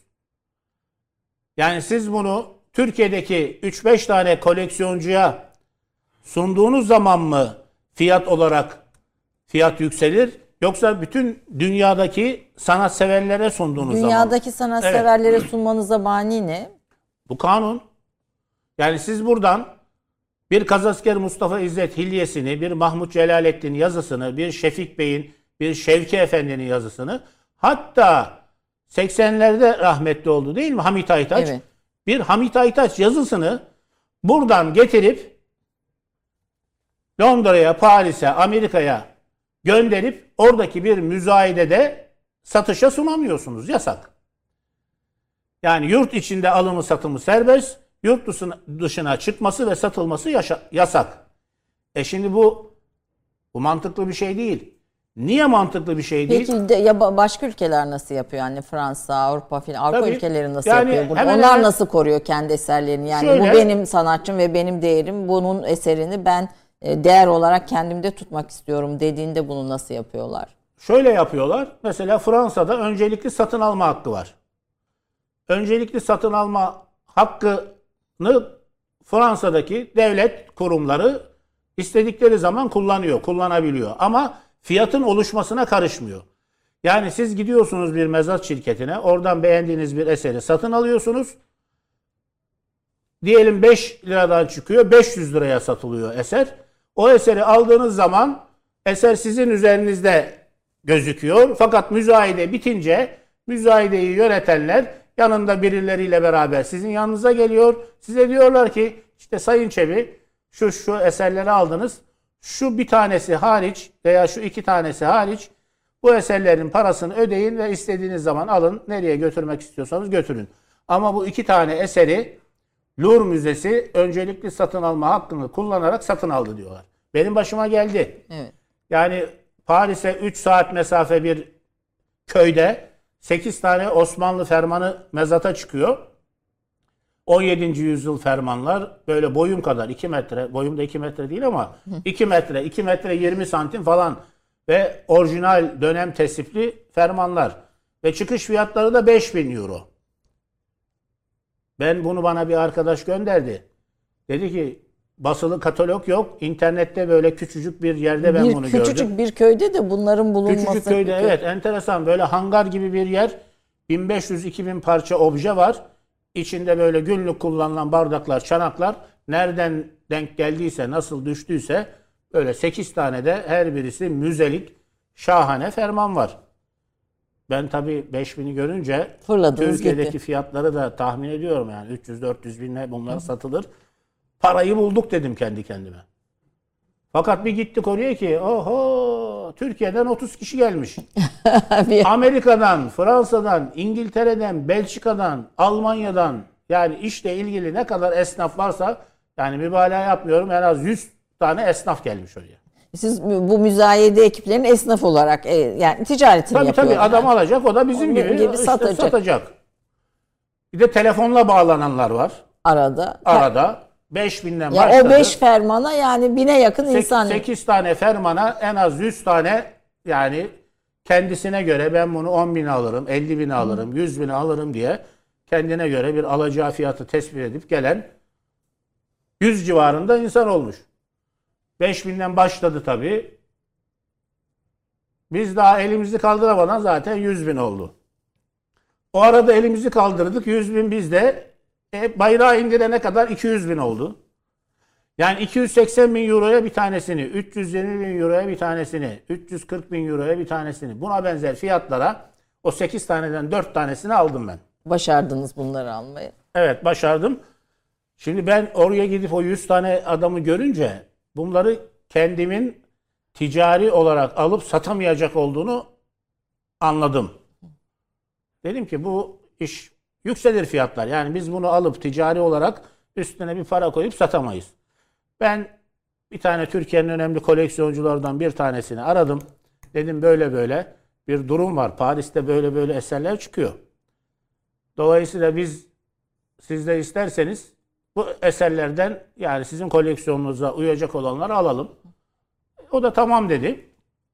Yani siz bunu Türkiye'deki üç beş tane koleksiyoncuya sunduğunuz zaman mı fiyat olarak fiyat yükselir? Yoksa bütün dünyadaki sanatseverlere sunduğunuz zaman mı? dünyadaki sanatseverlere sunmanıza mani ne? Bu kanun. Yani siz buradan bir Kazasker Mustafa İzzet hilyesini, bir Mahmut Celalettin yazısını, bir Şefik Bey'in, bir Şevki Efendi'nin yazısını, hatta seksenlerde rahmetli oldu değil mi Hamit Aytaç? Evet. Bir Hamit Aytaç yazısını buradan getirip Londra'ya, Paris'e, Amerika'ya gönderip oradaki bir müzayedede satışa sunamıyorsunuz. Yasak. Yani yurt içinde alımı satımı serbest, yurt dışına, dışına çıkması ve satılması yaşa, yasak. E şimdi bu bu mantıklı bir şey değil. Niye mantıklı bir şey değil? Peki de, ya ba- başka ülkeler nasıl yapıyor? Yani Fransa, Avrupa filan, Avrupa Tabii. ülkeleri nasıl Yani yapıyor bunu? hemen Onlar hemen- nasıl koruyor kendi eserlerini? Yani Şöyle- bu benim sanatçım ve benim değerim. Bunun eserini ben e, değer olarak kendimde tutmak istiyorum dediğinde bunu nasıl yapıyorlar? Şöyle yapıyorlar. Mesela Fransa'da öncelikli satın alma hakkı var. Öncelikli satın alma hakkını Fransa'daki devlet kurumları İstedikleri zaman kullanıyor, kullanabiliyor. Ama fiyatın oluşmasına karışmıyor. Yani siz gidiyorsunuz bir mezat şirketine, oradan beğendiğiniz bir eseri satın alıyorsunuz. Diyelim beş liradan çıkıyor, beş yüz liraya satılıyor eser. O eseri aldığınız zaman eser sizin üzerinizde gözüküyor. Fakat müzayede bitince müzayedeyi yönetenler yanında birileriyle beraber sizin yanınıza geliyor. Size diyorlar ki işte Sayın Çebi şu şu eserleri aldınız. Şu bir tanesi hariç veya şu iki tanesi hariç bu eserlerin parasını ödeyin ve istediğiniz zaman alın. Nereye götürmek istiyorsanız götürün. Ama bu iki tane eseri Louvre Müzesi öncelikli satın alma hakkını kullanarak satın aldı diyorlar. Benim başıma geldi. Evet. Yani Paris'e üç saat mesafe bir köyde sekiz tane Osmanlı fermanı mezata çıkıyor. on yedinci yüzyıl fermanlar böyle boyum kadar iki metre, boyum da iki metre değil ama iki metre, iki metre yirmi santim falan ve orijinal dönem tesipli fermanlar. Ve çıkış fiyatları da beş bin euro. Ben bunu bana bir arkadaş gönderdi. Dedi ki basılı katalog yok. İnternette böyle küçücük bir yerde ben bir, bunu gördüm. Küçücük bir köyde de bunların bulunması. Küçücük köyde evet enteresan böyle hangar gibi bir yer. bin beş yüz iki bin parça obje var. İçinde böyle günlük kullanılan bardaklar, çanaklar nereden denk geldiyse, nasıl düştüyse böyle sekiz tane de her birisi müzelik şahane ferman var. Ben tabii beş bini görünce Fırladınız Türkiye'deki gitti. fiyatları da tahmin ediyorum yani üç yüz dört yüz binle bunlar satılır. Parayı bulduk dedim kendi kendime. Fakat bir gittik oraya ki oho Türkiye'den otuz kişi gelmiş. Amerika'dan, Fransa'dan, İngiltere'den, Belçika'dan, Almanya'dan yani işle ilgili ne kadar esnaf varsa yani mübalağa yapmıyorum en az yüz tane esnaf gelmiş oraya. Siz bu müzayede ekiplerinin esnaf olarak e, yani ticaretini tabii, yapıyorlar. Tabii adam alacak o da bizim Onun gibi, gibi işte satacak. satacak. Bir de telefonla bağlananlar var. Arada. Arada. beş binden Ya başladı. o beş fermana yani bine yakın insan. sekiz tane fermana en az yüz tane yani kendisine göre ben bunu on bin alırım, elli bin alırım, yüz bin alırım diye kendine göre bir alacağı fiyatı tespit edip gelen yüz civarında insan olmuş. beş binden başladı tabii. Biz daha elimizi kaldıramadan zaten yüz bin oldu. O arada elimizi kaldırdık. yüz bin bizde e, bayrağı indirene kadar iki yüz bin oldu. Yani iki yüz seksen bin euroya bir tanesini, üç yüz yirmi bin euroya bir tanesini, üç yüz kırk bin euroya bir tanesini buna benzer fiyatlara o sekiz taneden dört tanesini aldım ben. Başardınız bunları almayı. Evet başardım. Şimdi ben oraya gidip o yüz tane adamı görünce bunları kendimin ticari olarak alıp satamayacak olduğunu anladım. Dedim ki bu iş yükselir fiyatlar. Yani biz bunu alıp ticari olarak üstüne bir para koyup satamayız. Ben bir tane Türkiye'nin önemli koleksiyonculardan bir tanesini aradım. Dedim böyle böyle bir durum var. Paris'te böyle böyle eserler çıkıyor. Dolayısıyla biz siz de isterseniz bu eserlerden yani sizin koleksiyonunuza uyacak olanları alalım. O da tamam dedi.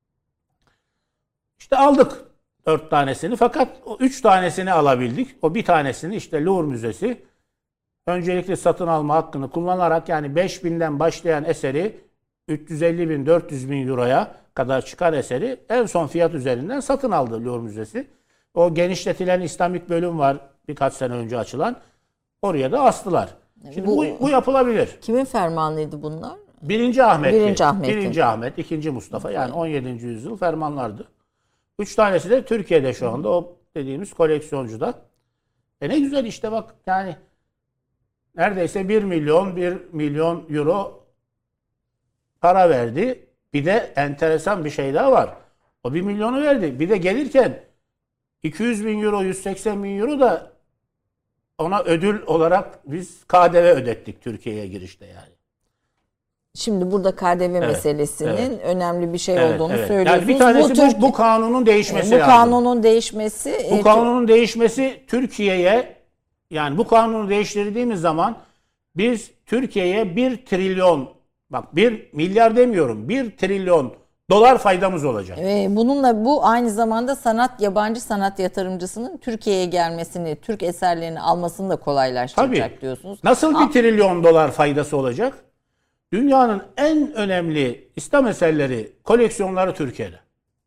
İşte aldık dört tanesini fakat o üç tanesini alabildik. O bir tanesini işte Louvre Müzesi öncelikle satın alma hakkını kullanarak yani beş binden başlayan eseri üç yüz elli bin dört yüz bin euroya kadar çıkan eseri en son fiyat üzerinden satın aldı Louvre Müzesi. O genişletilen İslamik bölüm var birkaç sene önce açılan. Oraya da astılar. Şimdi bu, bu, bu yapılabilir. Kimin fermanıydı bunlar? Birinci Ahmet. Birinci Ahmet. Birinci Ahmet, ikinci Mustafa yani on yedinci yüzyıl fermanlardı. Üç tanesi de Türkiye'de şu anda o dediğimiz koleksiyoncuda. E ne güzel işte bak yani neredeyse bir milyon, bir milyon euro para verdi. Bir de enteresan bir şey daha var. O bir milyonu verdi. Bir de gelirken iki yüz bin euro, yüz seksen bin euro da ona ödül olarak biz K D V ödettik Türkiye'ye girişte yani. Şimdi burada K D V Evet, meselesinin evet. önemli bir şey Evet, olduğunu evet. söylüyorsunuz. Yani bir tanesi bu, Türk- bu kanunun değişmesi bu lazım. kanunun değişmesi. Bu e, kanunun değişmesi Türkiye'ye yani bu kanunu değiştirdiğimiz zaman biz Türkiye'ye bir trilyon bak bir milyar demiyorum bir trilyon dolar faydamız olacak. e, bununla bu aynı zamanda sanat yabancı sanat yatırımcısının Türkiye'ye gelmesini, Türk eserlerini almasını da kolaylaştıracak Tabii. diyorsunuz. Nasıl bir trilyon dolar faydası olacak? Dünyanın en önemli İslam eserleri koleksiyonları Türkiye'de.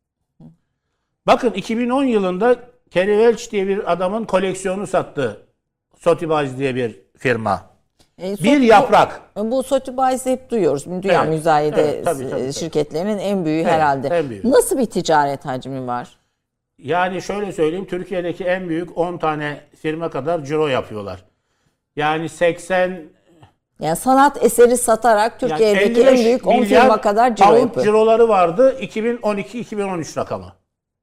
Bakın iki bin on yılında Kerry Welch diye bir adamın koleksiyonu sattı. Sotheby's diye bir firma. E, bir yaprak. Bu, bu Sotheby's'i hep duyuyoruz. Dünya Evet, müzayede evet, tabii, tabii, tabii. şirketlerinin en büyüğü Evet, herhalde. en büyüğü. Nasıl bir ticaret hacmi var? Yani şöyle söyleyeyim, Türkiye'deki en büyük on tane firma kadar ciro yapıyorlar. Yani seksen Yani sanat eseri satarak Türkiye'deki yani en büyük on firma kadar ciro pound yapıyor. ciroları vardı iki bin on iki iki bin on üç rakamı.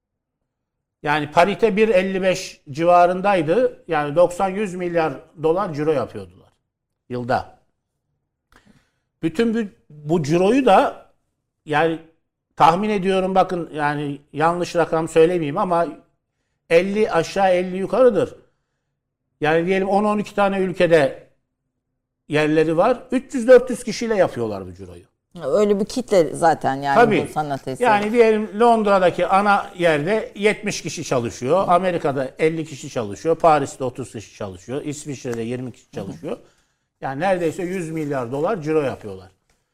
Yani parite bir elli beş civarındaydı. Yani doksan yüz milyar dolar ciro yapıyordular yılda. Bütün bu, bu ciroyu da yani tahmin ediyorum, bakın yani yanlış rakam söylemeyeyim ama elli aşağı elli yukarıdır. Yani diyelim on on iki tane ülkede yerleri var. üç yüz dört yüz kişiyle yapıyorlar bu ciroyu. Öyle bir kitle zaten yani Tabii. bu sanat eseri. Yani diyelim Londra'daki ana yerde yetmiş kişi çalışıyor. Amerika'da elli kişi çalışıyor. Paris'te otuz kişi çalışıyor. İsviçre'de yirmi kişi çalışıyor. Yani neredeyse yüz milyar dolar ciro yapıyorlar.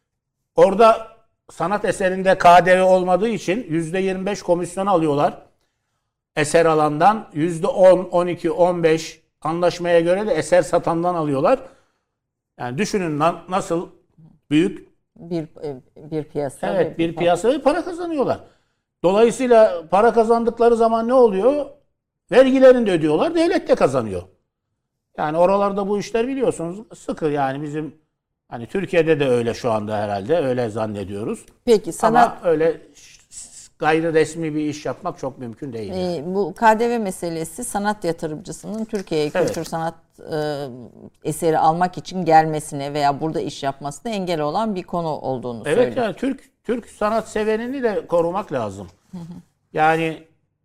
Orada sanat eserinde K D V olmadığı için yüzde yirmi beş komisyon alıyorlar. Eser alandan yüzde on, on iki, on beş anlaşmaya göre de eser satandan alıyorlar. Yani düşünün nasıl büyük bir bir piyasa. Evet, bir piyasa ve para kazanıyorlar. Dolayısıyla para kazandıkları zaman ne oluyor? Vergilerini de ödüyorlar, devlet de kazanıyor. Yani oralarda bu işler biliyorsunuz sıkı, yani bizim hani Türkiye'de de öyle şu anda herhalde, öyle zannediyoruz. Peki sanat ama öyle gayri resmi bir iş yapmak çok mümkün değil. e, Yani. Bu K D V meselesi sanat yatırımcısının Türkiye'ye Evet. kültür sanat e, eseri almak için gelmesine veya burada iş yapmasına engel olan bir konu olduğunu Evet, söylüyor. yani Türk Türk sanat sevenini de korumak lazım. Yani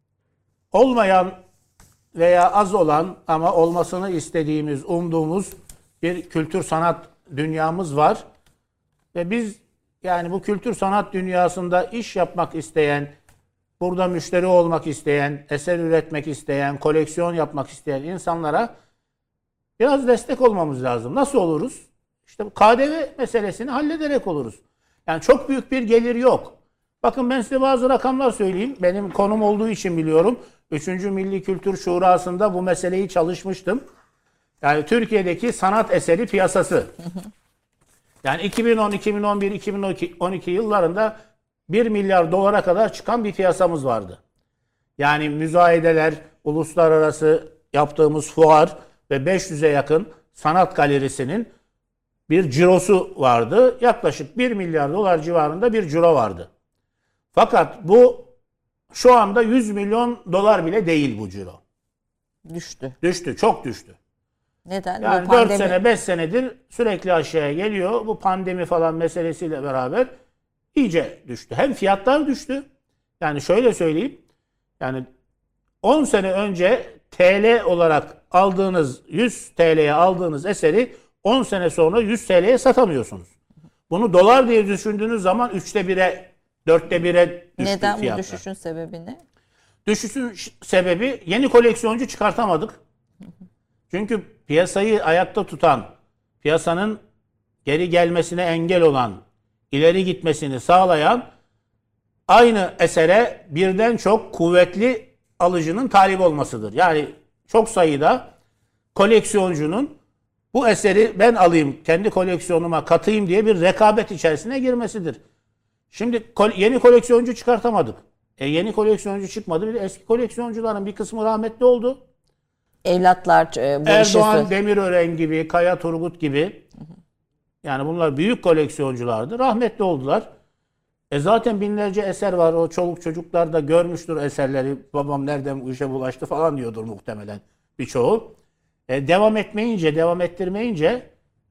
olmayan veya az olan ama olmasını istediğimiz, umduğumuz bir kültür sanat dünyamız var. Ve biz yani bu kültür sanat dünyasında iş yapmak isteyen, burada müşteri olmak isteyen, eser üretmek isteyen, koleksiyon yapmak isteyen insanlara biraz destek olmamız lazım. Nasıl oluruz? İşte bu K D V meselesini hallederek oluruz. Yani çok büyük bir gelir yok. Bakın ben size bazı rakamlar söyleyeyim. Benim konum olduğu için biliyorum. Üçüncü Milli Kültür Şurası'nda bu meseleyi çalışmıştım. Yani Türkiye'deki sanat eseri piyasası. Yani iki bin on, iki bin on bir, iki bin on iki yıllarında bir milyar dolara kadar çıkan bir piyasamız vardı. Yani müzayedeler, uluslararası yaptığımız fuar ve beş yüze yakın sanat galerisinin bir cirosu vardı. Yaklaşık bir milyar dolar civarında bir ciro vardı. Fakat bu şu anda yüz milyon dolar bile değil bu ciro. Düştü. Düştü, çok düştü. Neden? Yani Bu pandemi... dört sene, beş senedir sürekli aşağıya geliyor. Bu pandemi falan meselesiyle beraber iyice düştü. Hem fiyatlar düştü. Yani şöyle söyleyeyim. Yani on sene önce T L olarak aldığınız, yüz T L'ye aldığınız eseri on sene sonra yüz T L'ye satamıyorsunuz. Bunu dolar diye düşündüğünüz zaman üçte bire, dörtte bire düştü Neden fiyatlar. bu düşüşün sebebi ne? Düşüşün sebebi yeni koleksiyoncu çıkartamadık. Çünkü piyasayı ayakta tutan, piyasanın geri gelmesine engel olan, ileri gitmesini sağlayan aynı esere birden çok kuvvetli alıcının talip olmasıdır. Yani çok sayıda koleksiyoncunun bu eseri ben alayım, kendi koleksiyonuma katayım diye bir rekabet içerisine girmesidir. Şimdi yeni koleksiyoncu çıkartamadık. E yeni koleksiyoncu çıkmadı. Bir de eski koleksiyoncuların bir kısmı rahmetli oldu. Evlatlar e, bu Erdoğan işi... Demirören gibi, Kaya Turgut gibi, yani bunlar büyük koleksiyonculardı. Rahmetli oldular. E zaten binlerce eser var. O çoluk çocuklar da görmüştür eserleri. Babam nereden bu işe bulaştı falan diyordur muhtemelen birçoğu. E devam etmeyince, devam ettirmeyince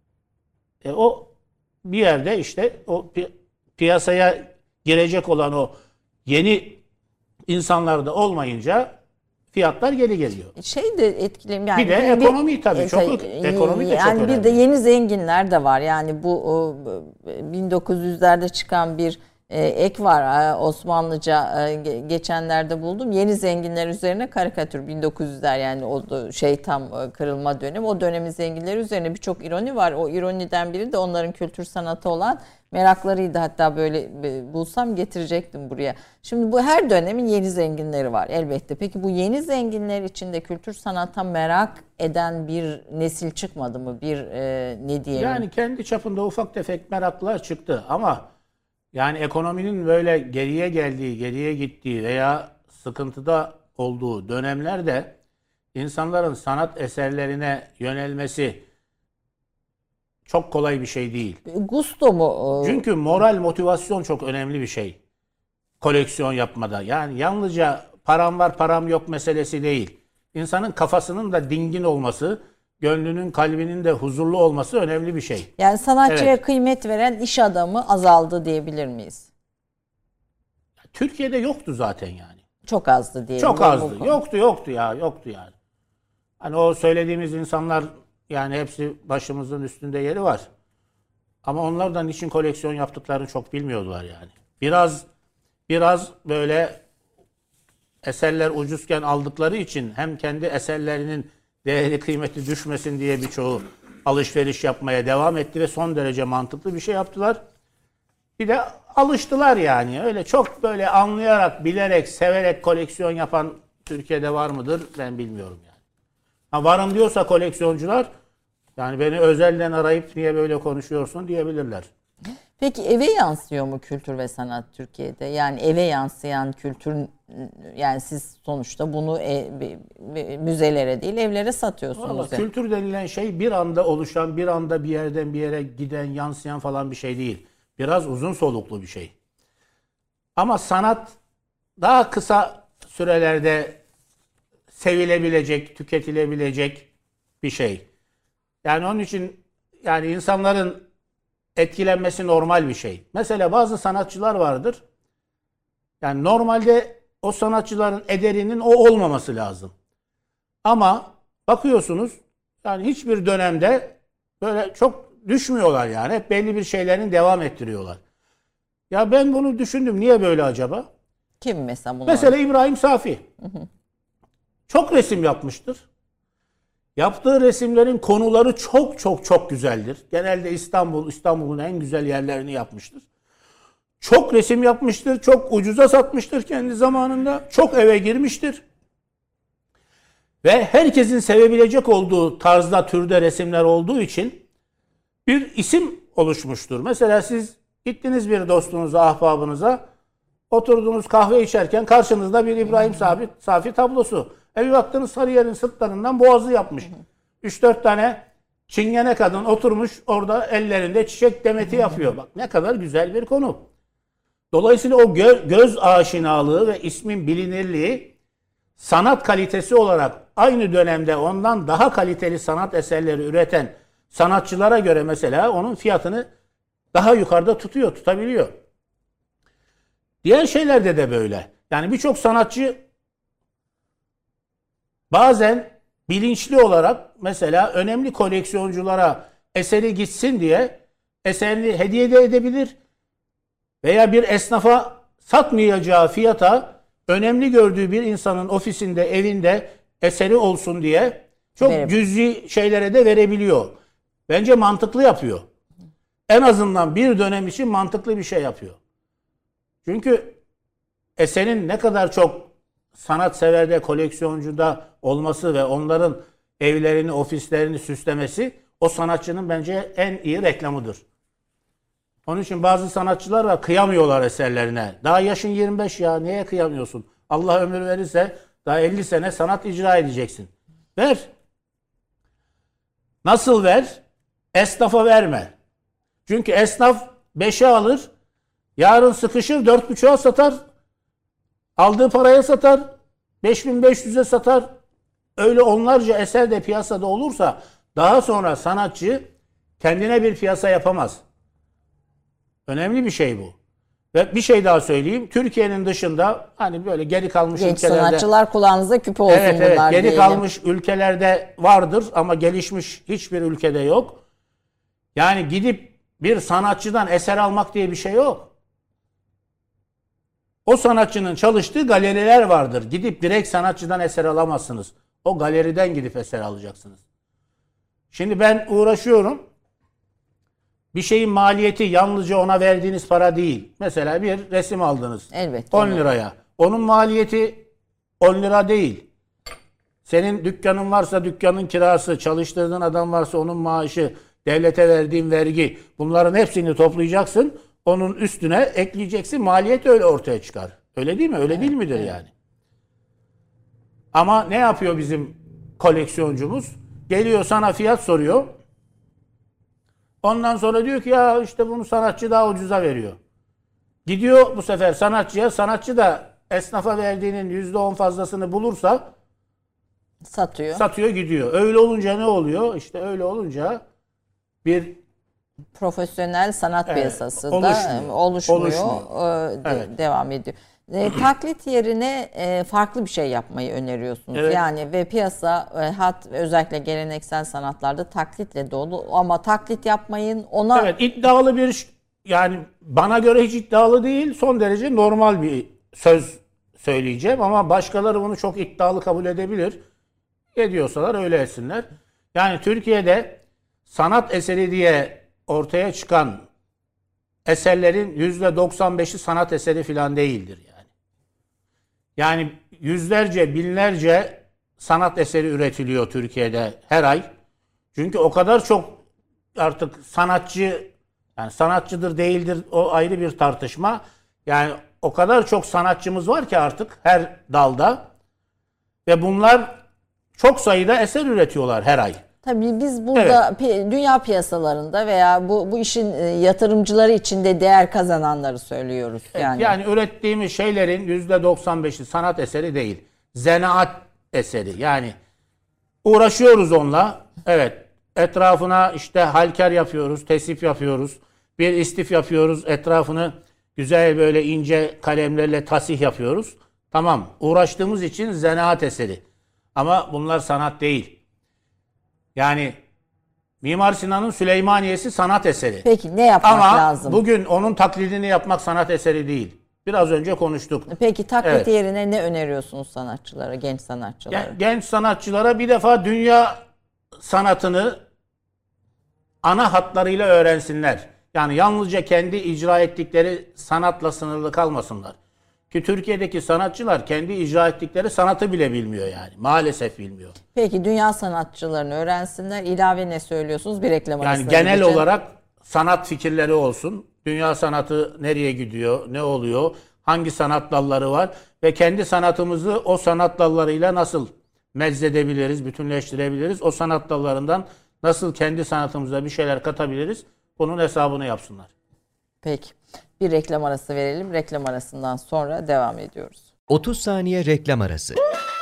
e o bir yerde işte o pi- piyasaya girecek olan o yeni insanlar da olmayınca fiyatlar geri geliyor. Şey de etkileyim yani. Bir de ekonomi tabii, çok e, ekonomi de çok yani önemli. bir de yeni zenginler de var. Yani bu o, bin dokuz yüzlerde çıkan bir e, ek var. Osmanlıca e, geçenlerde buldum. Yeni zenginler üzerine karikatür bin dokuz yüzler, yani o şey tam e, kırılma dönemi. O dönemin zenginleri üzerine birçok ironi var. O ironiden biri de onların kültür sanatı olan meraklarıydı. Hatta böyle e, bulsam getirecektim buraya. Şimdi bu her dönemin yeni zenginleri var elbette. Peki bu yeni zenginler içinde kültür sanata merak eden bir nesil çıkmadı mı? Bir e, ne diyelim? Yani kendi çapında ufak tefek meraklar çıktı ama yani ekonominin böyle geriye geldiği, geriye gittiği veya sıkıntıda olduğu dönemlerde insanların sanat eserlerine yönelmesi çok kolay bir şey değil. Gusto mu? Çünkü moral, motivasyon çok önemli bir şey koleksiyon yapmada. Yani yalnızca param var, param yok meselesi değil. İnsanın kafasının da dingin olması, gönlünün, kalbinin de huzurlu olması önemli bir şey. Yani sanatçıya Evet. kıymet veren iş adamı azaldı diyebilir miyiz? Türkiye'de yoktu zaten yani. Çok azdı diyelim. Çok bu azdı. konu. Yoktu, yoktu ya, yoktu yani. Hani o söylediğimiz insanlar yani hepsi başımızın üstünde yeri var. Ama onlar da niçin koleksiyon yaptıklarını çok bilmiyordular yani. Biraz biraz böyle eserler ucuzken aldıkları için hem kendi eserlerinin değeri kıymeti düşmesin diye birçoğu alışveriş yapmaya devam etti ve son derece mantıklı bir şey yaptılar. Bir de alıştılar yani. Öyle çok böyle anlayarak, bilerek, severek koleksiyon yapan Türkiye'de var mıdır ben bilmiyorum yani. Ha, varım diyorsa koleksiyoncular, yani beni özelden arayıp niye böyle konuşuyorsun diyebilirler. Peki eve yansıyor mu kültür ve sanat Türkiye'de? Yani eve yansıyan kültür, yani siz sonuçta bunu e, müzelere değil evlere satıyorsunuz. Vallahi kültür denilen şey bir anda oluşan, bir anda bir yerden bir yere giden, yansıyan falan bir şey değil. Biraz uzun soluklu bir şey. Ama sanat daha kısa sürelerde sevilebilecek, tüketilebilecek bir şey. Yani onun için yani insanların etkilenmesi normal bir şey. Mesela bazı sanatçılar vardır. Yani normalde o sanatçıların ederinin o olmaması lazım. Ama bakıyorsunuz yani hiçbir dönemde böyle çok düşmüyorlar yani. Hep belli bir şeylerin devam ettiriyorlar. Ya ben bunu düşündüm. Niye böyle acaba? Kim mesela bunu? Mesela İbrahim Safi. Hı hı. Çok resim yapmıştır. Yaptığı resimlerin konuları çok çok çok güzeldir. Genelde İstanbul, İstanbul'un en güzel yerlerini yapmıştır. Çok resim yapmıştır. Çok ucuza satmıştır kendi zamanında. Çok eve girmiştir. Ve herkesin sevebilecek olduğu tarzda, türde resimler olduğu için bir isim oluşmuştur. Mesela siz gittiniz bir dostunuza, ahbabınıza, oturdunuz kahve içerken karşınızda bir İbrahim Safi, Safi tablosu. E bir baktınız Sarıyer'in sırtlarından boğazı yapmış. üç dört tane çingene kadın oturmuş orada ellerinde çiçek demeti yapıyor. Bak ne kadar güzel bir konu. Dolayısıyla o gö- göz aşinalığı ve ismin bilinirliği sanat kalitesi olarak aynı dönemde ondan daha kaliteli sanat eserleri üreten sanatçılara göre mesela onun fiyatını daha yukarıda tutuyor, tutabiliyor. Diğer şeylerde de böyle. Yani birçok sanatçı bazen bilinçli olarak mesela önemli koleksiyonculara eseri gitsin diye eserini hediye de edebilir veya bir esnafa satmayacağı fiyata önemli gördüğü bir insanın ofisinde, evinde eseri olsun diye çok Verim. cüzi şeylere de verebiliyor. Bence mantıklı yapıyor. En azından bir dönem için mantıklı bir şey yapıyor. Çünkü eserin ne kadar çok sanatseverde, koleksiyoncuda olması ve onların evlerini, ofislerini süslemesi o sanatçının bence en iyi reklamıdır. Onun için bazı sanatçılar var, kıyamıyorlar eserlerine. Daha yaşın yirmi beş ya, niye kıyamıyorsun? Allah ömür verirse daha elli sene sanat icra edeceksin. Ver. Nasıl ver? Esnafa verme. Çünkü esnaf beşe alır, yarın sıkışır dört buçuğa satar, aldığı paraya satar, beş bin beş yüze satar. Öyle onlarca eser de piyasada olursa daha sonra sanatçı kendine bir piyasa yapamaz. Önemli bir şey bu. Ve bir şey daha söyleyeyim. Türkiye'nin dışında hani böyle geri kalmış Genç ülkelerde... sanatçılar kulağınızda küpe olsun evet, evet, bunlar geri diyelim. kalmış ülkelerde vardır ama gelişmiş hiçbir ülkede yok. Yani gidip bir sanatçıdan eser almak diye bir şey yok. O sanatçının çalıştığı galeriler vardır. Gidip direkt sanatçıdan eser alamazsınız. O galeriden gidip eser alacaksınız. Şimdi ben uğraşıyorum. Bir şeyin maliyeti yalnızca ona verdiğiniz para değil. Mesela bir resim aldınız. Elbette. on liraya. Onun maliyeti on lira değil. Senin dükkanın varsa dükkanın kirası, çalıştırdığın adam varsa onun maaşı, devlete verdiğin vergi. Bunların hepsini toplayacaksın. Onun üstüne ekleyeceksin. Maliyet öyle ortaya çıkar. Öyle değil mi? Öyle evet, değil midir evet. yani? Ama ne yapıyor bizim koleksiyoncumuz? Geliyor sana fiyat soruyor. Ondan sonra diyor ki ya işte bunu sanatçı daha ucuza veriyor. Gidiyor bu sefer sanatçıya. Sanatçı da esnafa verdiğinin yüzde on fazlasını bulursa satıyor. Satıyor gidiyor. Öyle olunca ne oluyor? İşte öyle olunca bir profesyonel sanat evet, piyasası oluşmuyor. da oluşmuyor. oluşmuyor. De, evet. Devam ediyor. E, taklit yerine e, farklı bir şey yapmayı öneriyorsunuz. Evet. Yani ve piyasa e, hat özellikle geleneksel sanatlarda taklitle dolu ama taklit yapmayın ona. Evet, iddialı bir yani bana göre hiç iddialı değil. Son derece normal bir söz söyleyeceğim ama başkaları bunu çok iddialı kabul edebilir. Ediyorsalar öyle etsinler. Yani Türkiye'de sanat eseri diye ortaya çıkan eserlerin yüzde doksan beşi sanat eseri falan değildir yani. Yani yüzlerce, binlerce sanat eseri üretiliyor Türkiye'de her ay. Çünkü o kadar çok artık sanatçı, yani sanatçıdır değildir o ayrı bir tartışma. Yani o kadar çok sanatçımız var ki artık her dalda ve bunlar çok sayıda eser üretiyorlar her ay. Tabii biz burada evet. dünya piyasalarında veya bu bu işin yatırımcıları içinde değer kazananları söylüyoruz. Yani yani ürettiğimiz şeylerin yüzde doksan beşi sanat eseri değil. Zanaat eseri. Yani uğraşıyoruz onunla. Evet. Etrafına işte halker yapıyoruz, tesip yapıyoruz. Bir istif yapıyoruz. Etrafını güzel böyle ince kalemlerle tasih yapıyoruz. Tamam. Uğraştığımız için zanaat eseri. Ama bunlar sanat değil. Yani Mimar Sinan'ın Süleymaniye'si sanat eseri. Peki ne yapmak Ama lazım? Ama bugün onun taklidini yapmak sanat eseri değil. Biraz önce konuştuk. Peki taklit evet. yerine ne öneriyorsunuz sanatçılara, genç sanatçılara? Yani genç sanatçılara bir defa dünya sanatını ana hatlarıyla öğrensinler. Yani yalnızca kendi icra ettikleri sanatla sınırlı kalmasınlar. Ki Türkiye'deki sanatçılar kendi icra ettikleri sanatı bile bilmiyor yani. Maalesef bilmiyor. Peki dünya sanatçılarını öğrensinler. İlave ne söylüyorsunuz? Bir reklam arasına Yani genel gideceğim. olarak sanat fikirleri olsun. Dünya sanatı nereye gidiyor? Ne oluyor? Hangi sanat dalları var? Ve kendi sanatımızı o sanat dallarıyla nasıl mezzedebiliriz, bütünleştirebiliriz? O sanat dallarından nasıl kendi sanatımıza bir şeyler katabiliriz? Bunun hesabını yapsınlar. Peki. Bir reklam arası verelim. Reklam arasından sonra devam ediyoruz. otuz saniye reklam arası.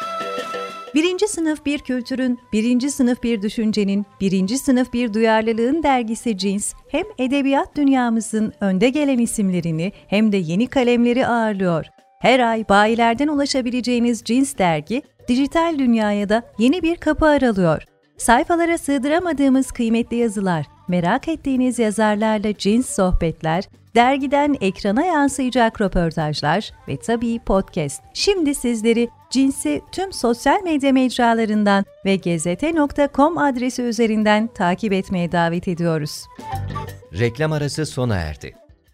Birinci sınıf bir kültürün, birinci sınıf bir düşüncenin, birinci sınıf bir duyarlılığın dergisi Cins, hem edebiyat dünyamızın önde gelen isimlerini hem de yeni kalemleri ağırlıyor. Her ay bayilerden ulaşabileceğiniz Cins dergi, dijital dünyaya da yeni bir kapı aralıyor. Sayfalara sığdıramadığımız kıymetli yazılar, merak ettiğiniz yazarlarla cins sohbetler, dergiden ekrana yansıyacak röportajlar ve tabii podcast. Şimdi sizleri Cins'i tüm sosyal medya mecralarından ve gezete nokta com adresi üzerinden takip etmeye davet ediyoruz. Reklam arası sona erdi.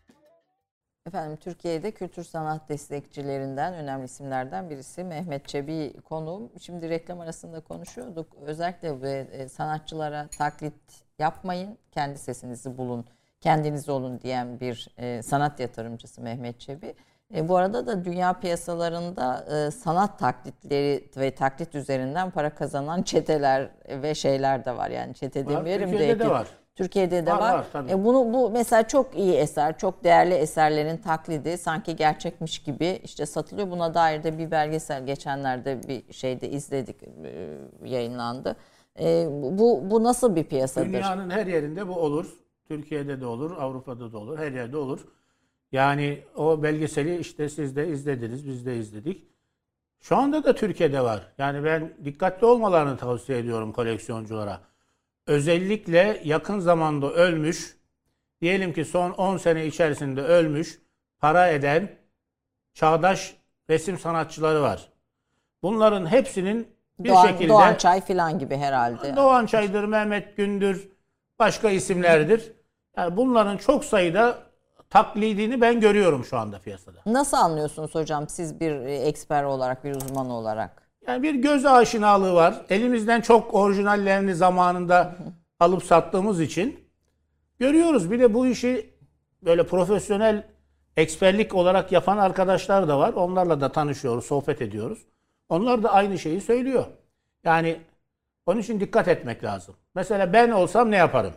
Efendim Türkiye'de kültür sanat destekçilerinden önemli isimlerden birisi Mehmet Çebi konuğum. Şimdi reklam arasında konuşuyorduk. Özellikle sanatçılara taklit yapmayın, kendi sesinizi bulun, kendiniz olun diyen bir e, sanat yatırımcısı Mehmet Çebi. E, bu arada da dünya piyasalarında e, sanat taklitleri ve taklit üzerinden para kazanan çeteler ve şeyler de var. Yani çete demeyelim de. Türkiye'de de var. Türkiye'de de var. var. var tabii. E bunu bu mesela çok iyi eser, çok değerli eserlerin taklidi sanki gerçekmiş gibi işte satılıyor. Buna dair de bir belgesel geçenlerde bir şeyde izledik, e, yayınlandı. E, bu bu nasıl bir piyasadır? Dünyanın her yerinde bu olur. Türkiye'de de olur, Avrupa'da da olur, her yerde olur. Yani o belgeseli işte siz de izlediniz, biz de izledik. Şu anda da Türkiye'de var. Yani ben dikkatli olmalarını tavsiye ediyorum koleksiyonculara. Özellikle yakın zamanda ölmüş, diyelim ki son on sene içerisinde ölmüş, para eden çağdaş resim sanatçıları var. Bunların hepsinin bir Doğan, şekilde... Doğan Çay falan gibi herhalde. Doğan Çay'dır, Mehmet Gündür, başka isimlerdir. Yani bunların çok sayıda taklidini ben görüyorum şu anda piyasada. Nasıl anlıyorsunuz hocam siz bir eksper olarak, bir uzman olarak? Yani bir göz aşinalığı var. Elimizden çok orijinallerini zamanında alıp sattığımız için görüyoruz. Bir de bu işi böyle profesyonel eksperlik olarak yapan arkadaşlar da var. Onlarla da tanışıyoruz, sohbet ediyoruz. Onlar da aynı şeyi söylüyor. Yani onun için dikkat etmek lazım. Mesela ben olsam ne yaparım?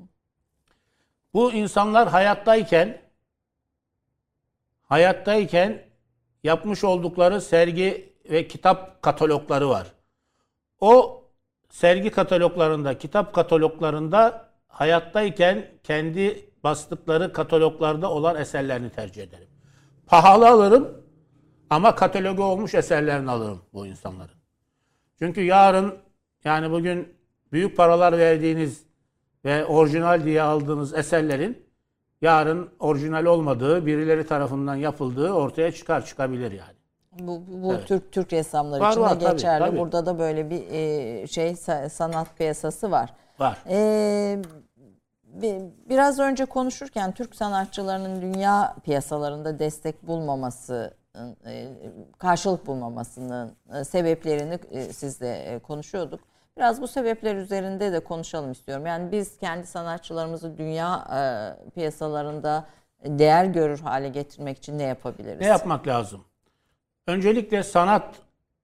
Bu insanlar hayattayken hayattayken yapmış oldukları sergi ve kitap katalogları var. O sergi kataloglarında, kitap kataloglarında hayattayken kendi bastıkları kataloglarda olan eserlerini tercih ederim. Pahalı alırım ama katalogu olmuş eserlerini alırım bu insanların. Çünkü yarın, yani bugün büyük paralar verdiğiniz ve orijinal diye aldığınız eserlerin yarın orijinal olmadığı, birileri tarafından yapıldığı ortaya çıkar, çıkabilir yani. Bu, bu Evet. Türk Türk ressamları Var, için de var, tabii, geçerli. tabii. Burada da böyle bir e, şey sanat piyasası var. Var. Ee, biraz önce konuşurken Türk sanatçılarının dünya piyasalarında destek bulmaması, karşılık bulmamasının sebeplerini sizle konuşuyorduk. Biraz bu sebepler üzerinde de konuşalım istiyorum. Yani biz kendi sanatçılarımızı dünya piyasalarında değer görür hale getirmek için ne yapabiliriz? Ne yapmak lazım? Öncelikle sanat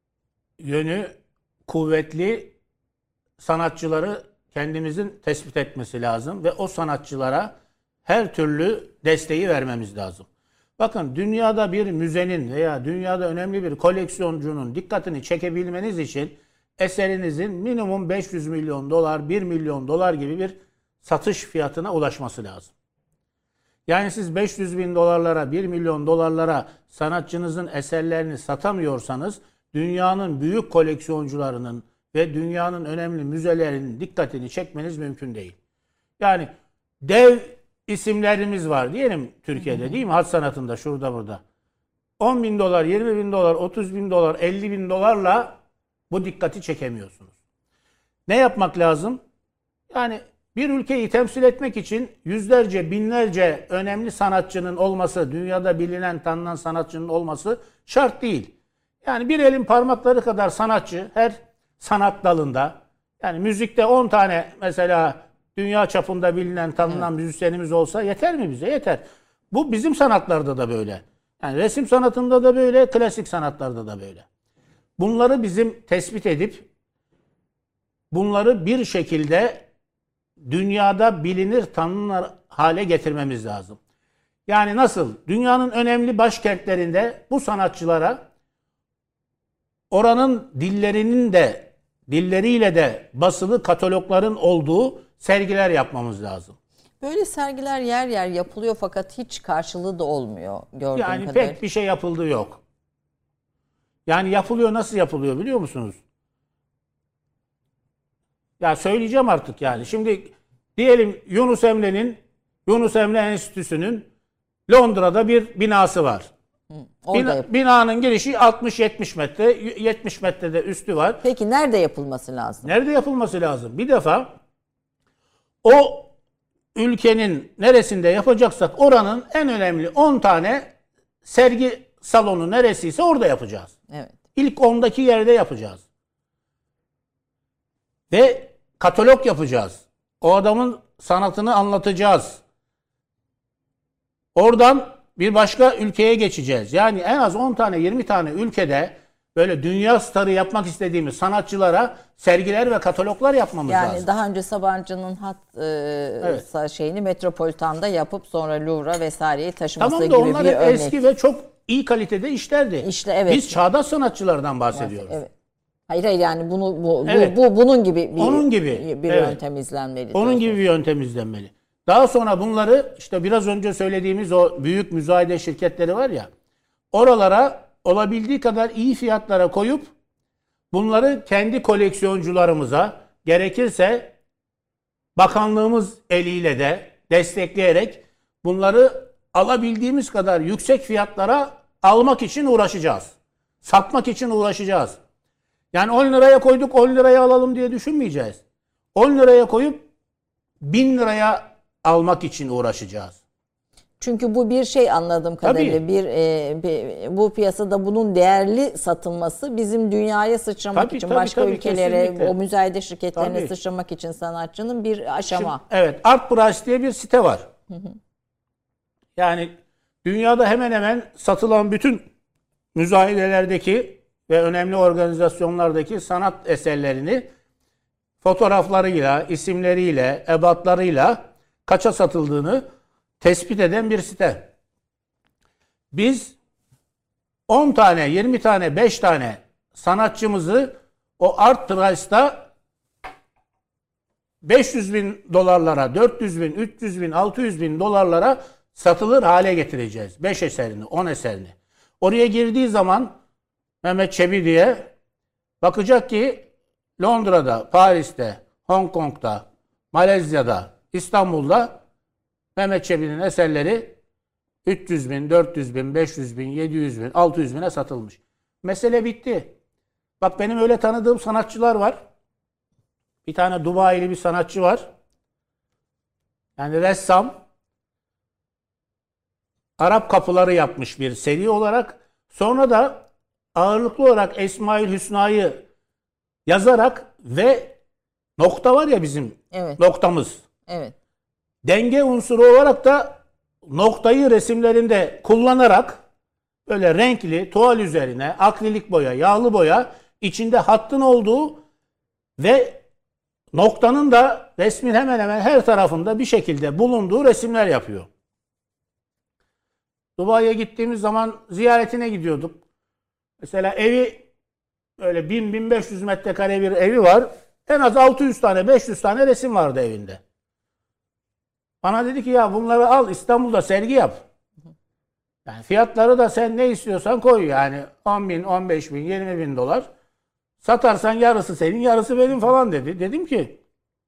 yönü kuvvetli sanatçıları kendimizin tespit etmesi lazım ve o sanatçılara her türlü desteği vermemiz lazım. Bakın, dünyada bir müzenin veya dünyada önemli bir koleksiyoncunun dikkatini çekebilmeniz için eserinizin minimum beş yüz milyon dolar, bir milyon dolar gibi bir satış fiyatına ulaşması lazım. Yani siz beş yüz bin dolarlara, bir milyon dolarlara sanatçınızın eserlerini satamıyorsanız dünyanın büyük koleksiyoncularının ve dünyanın önemli müzelerinin dikkatini çekmeniz mümkün değil. Yani dev isimlerimiz var diyelim Türkiye'de, değil mi? Hat sanatında, şurada burada. on bin dolar, yirmi bin dolar, otuz bin dolar, elli bin dolarla bu dikkati çekemiyorsunuz. Ne yapmak lazım? Yani bir ülkeyi temsil etmek için yüzlerce, binlerce önemli sanatçının olması, dünyada bilinen, tanınan sanatçının olması şart değil. Yani bir elin parmakları kadar sanatçı her sanat dalında, yani müzikte on tane mesela dünya çapında bilinen, tanınan evet. müzisyenimiz olsa yeter mi bize? Yeter. Bu bizim sanatlarda da böyle. Yani resim sanatında da böyle, klasik sanatlarda da böyle. Bunları bizim tespit edip bunları bir şekilde dünyada bilinir, tanınır hale getirmemiz lazım. Yani nasıl? Dünyanın önemli başkentlerinde bu sanatçılara oranın dillerinin de, dilleriyle de basılı katalogların olduğu sergiler yapmamız lazım. Böyle sergiler yer yer yapılıyor fakat hiç karşılığı da olmuyor gördüğüm yani kadarıyla. Yani pek bir şey yapıldığı yok. Yani yapılıyor, nasıl yapılıyor biliyor musunuz? Ya söyleyeceğim artık yani. Şimdi diyelim Yunus Emre'nin, Yunus Emre Enstitüsü'nün Londra'da bir binası var. Hı, Bina, binanın girişi altmış yetmiş metre, yetmiş metrede üstü var. Peki nerede yapılması lazım? Nerede yapılması lazım? Bir defa o ülkenin neresinde yapacaksak oranın en önemli on tane sergi salonu neresiyse orada yapacağız. Evet. İlk ondaki yerde yapacağız. Ve katalog yapacağız. O adamın sanatını anlatacağız. Oradan bir başka ülkeye geçeceğiz. Yani en az on tane, yirmi tane ülkede böyle dünya starı yapmak istediğimiz sanatçılara sergiler ve kataloglar yapmamız yani lazım. Yani daha önce Sabancı'nın hat e, evet. şeyini Metropolitan'da yapıp sonra Louvre'a vesaireyi taşıması tamam gibi da onlar bir hep örnek. eski ve çok iyi kalitede işlerdi. İşte evet. Biz çağdaş sanatçılardan bahsediyoruz. Evet. Hayır hayır yani bunu bu, evet. bu, bu bunun gibi bir, Onun gibi. bir evet. yöntem izlenmeli. Onun diyorsun. gibi bir yöntem izlenmeli. Daha sonra bunları işte biraz önce söylediğimiz o büyük müzayede şirketleri var ya, oralara olabildiği kadar iyi fiyatlara koyup bunları kendi koleksiyoncularımıza, gerekirse bakanlığımız eliyle de destekleyerek bunları alabildiğimiz kadar yüksek fiyatlara almak için uğraşacağız. Satmak için uğraşacağız. Yani on liraya koyduk, on liraya alalım diye düşünmeyeceğiz. on liraya koyup bin liraya almak için uğraşacağız. Çünkü bu bir şey, anladığım kadarıyla Tabii. bir, e, bir bu piyasada bunun değerli satılması bizim dünyaya sıçramak Tabii, için, tabii, başka tabii, ülkelere, kesinlikle. o müzayede şirketlerine Tabii. sıçramak için sanatçının bir aşama. Şimdi, evet, Artprice diye bir site var. Hı hı. Yani dünyada hemen hemen satılan bütün müzayedelerdeki ve önemli organizasyonlardaki sanat eserlerini fotoğraflarıyla, isimleriyle, ebatlarıyla kaça satıldığını tespit eden bir site. Biz on tane, yirmi tane, beş tane sanatçımızı o Artprice'da beş yüz bin dolarlara, dört yüz bin, üç yüz bin, altı yüz bin dolarlara satılır hale getireceğiz. beş eserini, on eserini. Oraya girdiği zaman Mehmet Çebi diye bakacak ki Londra'da, Paris'te, Hong Kong'da, Malezya'da, İstanbul'da Mehmet Çebi'nin eserleri üç yüz bin, dört yüz bin, beş yüz bin, yedi yüz bin, altı yüz bine satılmış. Mesele bitti. Bak, benim öyle tanıdığım sanatçılar var. Bir tane Dubai'li bir sanatçı var. Yani ressam. Arap kapıları yapmış bir seri olarak. Sonra da ağırlıklı olarak Esmaül Hüsna'yı yazarak ve nokta var ya bizim Evet. noktamız. Evet. Denge unsuru olarak da noktayı resimlerinde kullanarak böyle renkli, tuval üzerine akrilik boya, yağlı boya, içinde hattın olduğu ve noktanın da resmin hemen hemen her tarafında bir şekilde bulunduğu resimler yapıyor. Dubai'ye gittiğimiz zaman ziyaretine gidiyorduk. Mesela evi öyle bin bin beş yüz metrekare bir evi var. En az altı yüz tane, beş yüz tane resim vardı evinde. Bana dedi ki ya bunları al, İstanbul'da sergi yap. Yani fiyatları da sen ne istiyorsan koy, yani on bin, on beş bin, yirmi bin dolar. Satarsan yarısı senin, yarısı benim falan dedi. Dedim ki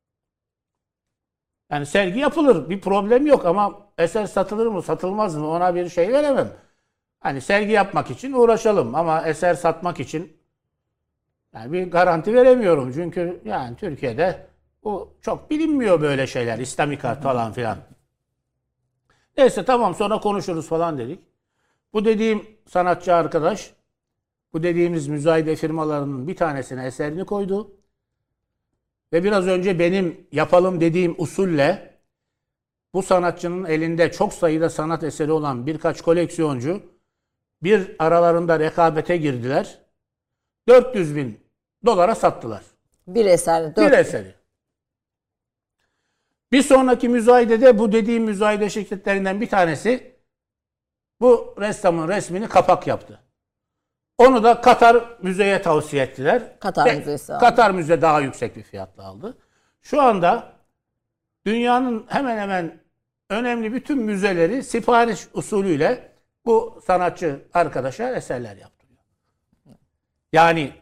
yani sergi yapılır, bir problem yok ama eser satılır mı, satılmaz mı, ona bir şey veremem. Hani sergi yapmak için uğraşalım ama eser satmak için yani bir garanti veremiyorum. Çünkü yani Türkiye'de bu çok bilinmiyor, böyle şeyler, İslami kart falan filan. Neyse tamam, sonra konuşuruz falan dedik. Bu dediğim sanatçı arkadaş, bu dediğimiz müzayede firmalarının bir tanesine eserini koydu. Ve biraz önce benim yapalım dediğim usulle bu sanatçının elinde çok sayıda sanat eseri olan birkaç koleksiyoncu bir aralarında rekabete girdiler. dört yüz bin dolara sattılar. Bir eser. Bir eseri. Bir sonraki müzayedede bu dediğim müzayede şirketlerinden bir tanesi bu ressamın resmini kapak yaptı. Onu da Katar Müze'ye tavsiye ettiler. Katar Ve Müzesi aldı. Katar Müze daha yüksek bir fiyatla aldı. Şu anda dünyanın hemen hemen önemli bütün müzeleri sipariş usulüyle bu sanatçı arkadaşa eserler yaptırıyor. Yani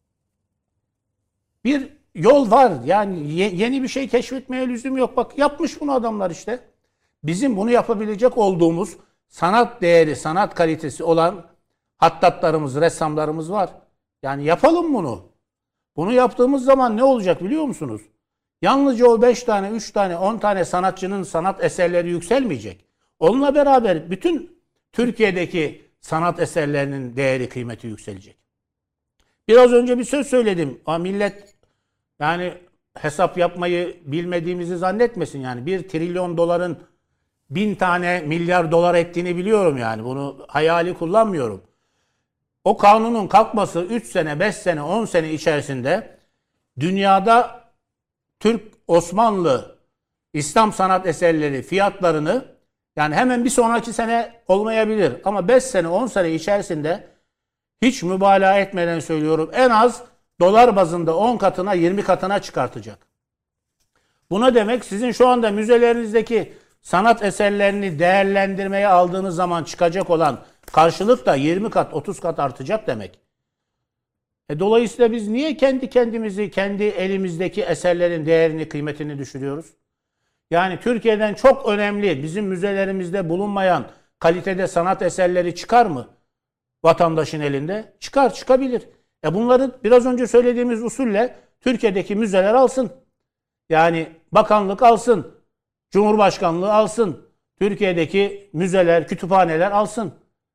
bir yol var. Yani ye- yeni bir şey keşfetmeye lüzum yok. Bak, yapmış bunu adamlar işte. Bizim bunu yapabilecek olduğumuz sanat değeri, sanat kalitesi olan hattatlarımız, ressamlarımız var. Yani yapalım bunu. Bunu yaptığımız zaman ne olacak biliyor musunuz? Yalnızca o beş tane, üç tane, on tane sanatçının sanat eserleri yükselmeyecek. Onunla beraber bütün Türkiye'deki sanat eserlerinin değeri, kıymeti yükselecek. Biraz önce bir söz söyledim. Ama millet yani hesap yapmayı bilmediğimizi zannetmesin. Yani bir trilyon doların bin tane milyar dolar ettiğini biliyorum yani. Bunu hayali kullanmıyorum. O kanunun kalkması üç sene, beş sene, on sene içerisinde dünyada Türk, Osmanlı, İslam sanat eserleri fiyatlarını, yani hemen bir sonraki sene olmayabilir ama beş sene, on sene içerisinde hiç mübalağa etmeden söylüyorum, en az dolar bazında on katına, yirmi katına çıkartacak. Buna demek sizin şu anda müzelerinizdeki sanat eserlerini değerlendirmeye aldığınız zaman çıkacak olan karşılık da yirmi kat, otuz kat artacak demek. E dolayısıyla biz niye kendi kendimizi, kendi elimizdeki eserlerin değerini, kıymetini düşürüyoruz? Yani Türkiye'den çok önemli, bizim müzelerimizde bulunmayan kalitede sanat eserleri çıkar mı? vatandaşın elinde? Çıkar, çıkabilir. E bunları biraz önce söylediğimiz usulle Türkiye'deki müzeler alsın. Yani bakanlık alsın, Cumhurbaşkanlığı alsın, Türkiye'deki müzeler, kütüphaneler alsın.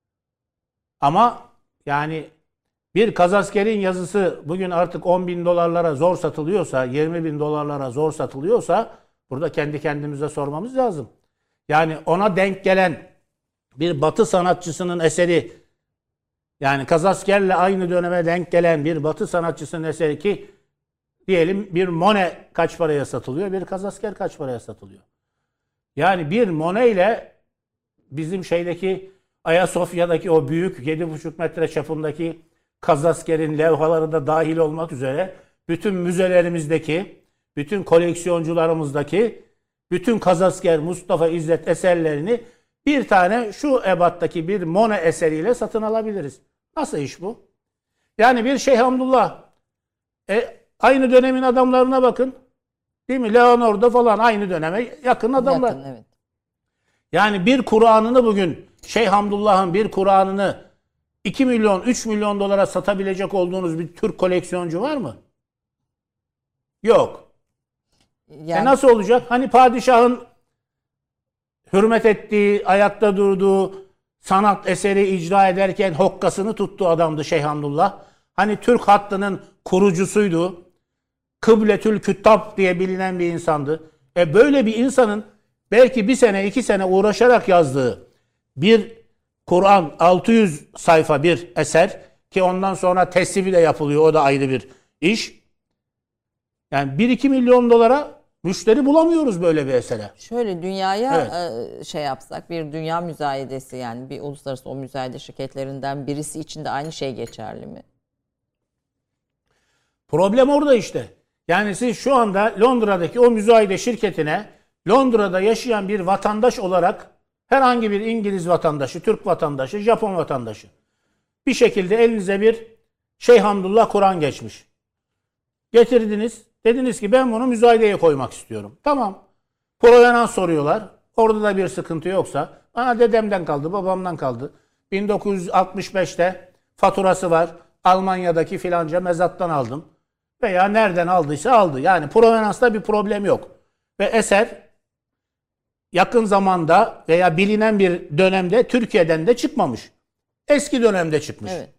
Ama yani bir kazaskerin yazısı bugün artık on bin dolarlara zor satılıyorsa, yirmi bin dolarlara zor satılıyorsa burada kendi kendimize sormamız lazım. Yani ona denk gelen bir Batı sanatçısının eseri, yani Kazasker'le aynı döneme denk gelen bir Batı sanatçısının eseri ki diyelim bir Monet kaç paraya satılıyor, bir Kazasker kaç paraya satılıyor. Yani bir Monet ile bizim şeydeki Ayasofya'daki o büyük yedi buçuk metre çapındaki Kazasker'in levhaları da dahil olmak üzere bütün müzelerimizdeki, bütün koleksiyoncularımızdaki bütün Kazasker, Mustafa İzzet eserlerini bir tane şu ebattaki bir Monet eseriyle satın alabiliriz. Nasıl iş bu? Yani bir Şeyh Hamdullah, e, aynı dönemin adamlarına bakın. Değil mi? Leonardo falan aynı döneme yakın adamlar. Yakın, evet. Yani bir Kur'an'ını bugün Şeyh Hamdullah'ın bir Kur'an'ını iki milyon, üç milyon dolara satabilecek olduğunuz bir Türk koleksiyoncu var mı? Yok. Yani, e nasıl olacak? Hani padişahın hürmet ettiği, ayakta durduğu, sanat eseri icra ederken hokkasını tuttuğu adamdı Şeyh Hamdullah. Hani Türk hattının kurucusuydu. Kıbletül Küttab diye bilinen bir insandı. E böyle bir insanın belki bir sene, iki sene uğraşarak yazdığı bir Kur'an, altı yüz sayfa bir eser ki ondan sonra teslifi de yapılıyor. O da ayrı bir iş. Yani bir iki milyon dolara müşteri bulamıyoruz böyle bir esere. Şöyle dünyaya Evet. şey yapsak, bir dünya müzayedesi, yani bir uluslararası o müzayede şirketlerinden birisi için de aynı şey geçerli mi? Problem orada işte. Yani siz şu anda Londra'daki o müzayede şirketine Londra'da yaşayan bir vatandaş olarak herhangi bir İngiliz vatandaşı, Türk vatandaşı, Japon vatandaşı bir şekilde elinize bir Şeyh Hamdullah Kur'an geçmiş. Getirdiniz. Dediniz ki ben bunu müzayedeye koymak istiyorum. Tamam. Provenans soruyorlar. Orada da bir sıkıntı yoksa bana dedemden kaldı, babamdan kaldı. bin dokuz yüz altmış beşte faturası var. Almanya'daki filanca mezattan aldım. Veya nereden aldıysa aldı. Yani provenansta bir problem yok. Ve eser yakın zamanda veya bilinen bir dönemde Türkiye'den de çıkmamış. Eski dönemde çıkmış. Evet.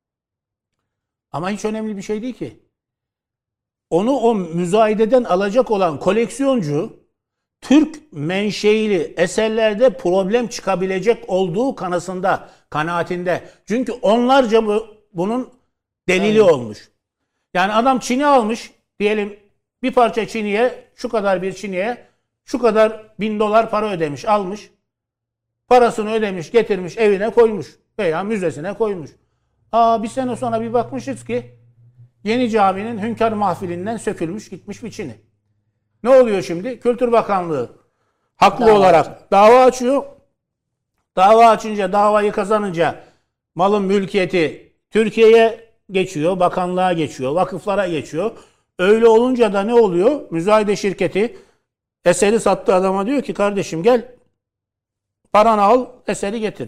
Ama hiç önemli bir şey değil ki. Onu o müzayededen alacak olan koleksiyoncu Türk menşeili eserlerde problem çıkabilecek olduğu kanısında, kanaatinde. Çünkü onlarca bu, bunun delili evet. olmuş. Yani adam çini almış, diyelim bir parça çiniye, şu kadar bir çiniye, şu kadar bin dolar para ödemiş, almış. Parasını ödemiş, getirmiş, evine koymuş veya müzesine koymuş. Aa, bir sene sonra bir bakmışız ki Yeni Cami'nin Hünkâr Mahfilinden sökülmüş, gitmiş bir çini. Ne oluyor şimdi? Kültür Bakanlığı haklı dava olarak açıyor. dava açıyor. Dava açınca, davayı kazanınca malın mülkiyeti Türkiye'ye geçiyor, bakanlığa geçiyor, vakıflara geçiyor. Öyle olunca da ne oluyor? Müzayede şirketi eseri sattığı adama diyor ki kardeşim gel paranı al, eseri getir.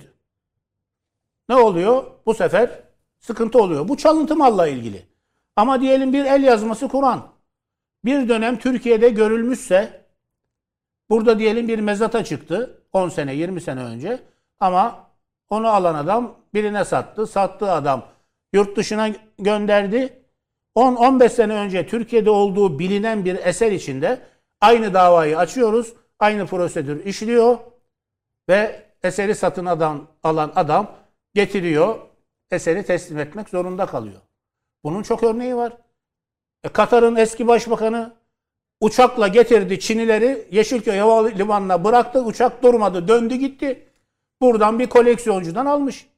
Ne oluyor? Bu sefer sıkıntı oluyor. Bu çalıntı malla ilgili. Ama diyelim bir el yazması Kur'an bir dönem Türkiye'de görülmüşse, burada diyelim bir mezata çıktı on sene yirmi sene önce ama onu alan adam birine sattı. Sattığı adam yurt dışına gönderdi. on on beş sene önce Türkiye'de olduğu bilinen bir eser içinde aynı davayı açıyoruz. Aynı prosedür işliyor ve eseri satın adam, alan adam getiriyor. Eseri teslim etmek zorunda kalıyor. Bunun çok örneği var. E, Katar'ın eski başbakanı uçakla getirdi Çinileri Yeşilköy Havalimanı'na bıraktı. Uçak durmadı, döndü gitti. Buradan bir koleksiyoncudan almış.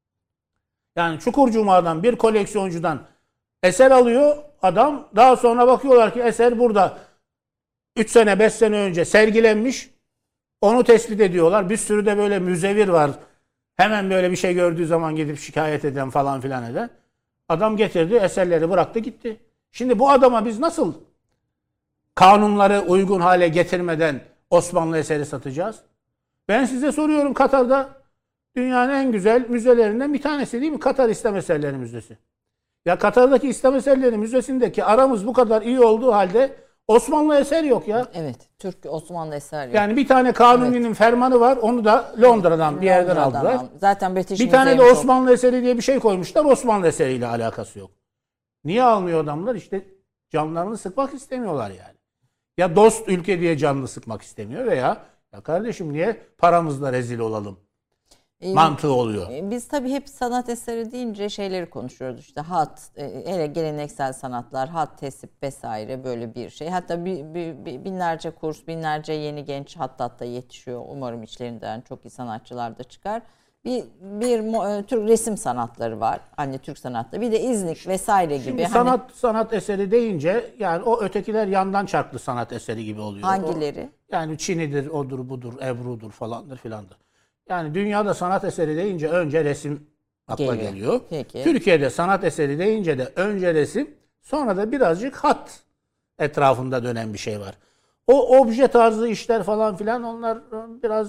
Yani Çukurcuma'dan bir koleksiyoncudan eser alıyor adam. Daha sonra bakıyorlar ki eser burada üç sene beş sene önce sergilenmiş. Onu tespit ediyorlar. Bir sürü de böyle müzevir var. Hemen böyle bir şey gördüğü zaman gidip şikayet eden falan filan eden. Adam getirdi, eserleri bıraktı gitti. Şimdi bu adama biz nasıl kanunları uygun hale getirmeden Osmanlı eseri satacağız? Ben size soruyorum, Katar'da dünyanın en güzel müzelerinden bir tanesi değil mi? Katar İslam Eserleri Müzesi. Ya Katar'daki İslam Eserleri Müzesi'ndeki aramız bu kadar iyi olduğu halde Osmanlı eser yok ya. Evet. Türk Osmanlı eser yok. Yani bir tane Kanuni'nin evet. fermanı var. Onu da Londra'dan evet. bir yerden Londra'dan aldılar. Al. Zaten British bir tane de Osmanlı çok... eseri diye bir şey koymuşlar. Osmanlı eseriyle alakası yok. Niye almıyor adamlar? İşte canlarını sıkmak istemiyorlar yani. Ya dost ülke diye canını sıkmak istemiyor veya ya kardeşim niye paramızla rezil olalım? Ee, mantığı oluyor. Biz tabii hep sanat eseri deyince şeyleri konuşuyoruz. İşte hat, hele geleneksel sanatlar, hat, tesip vesaire böyle bir şey. Hatta bir, bir, bir, binlerce kurs, binlerce yeni genç hatta yetişiyor. Umarım içlerinden çok iyi sanatçılar da çıkar. Bir, bir Türk resim sanatları var. Hani Türk sanatları. Bir de İznik vesaire gibi. Şimdi sanat hani, sanat eseri deyince yani o ötekiler yandan çarklı sanat eseri gibi oluyor. Hangileri? O, yani Çini'dir, odur, budur, Ebru'dur falandır filandır. Yani dünyada sanat eseri deyince önce resim akla geliyor. geliyor. Peki. Türkiye'de sanat eseri deyince de önce resim, sonra da birazcık hat etrafında dönen bir şey var. O obje tarzı işler falan filan onlar biraz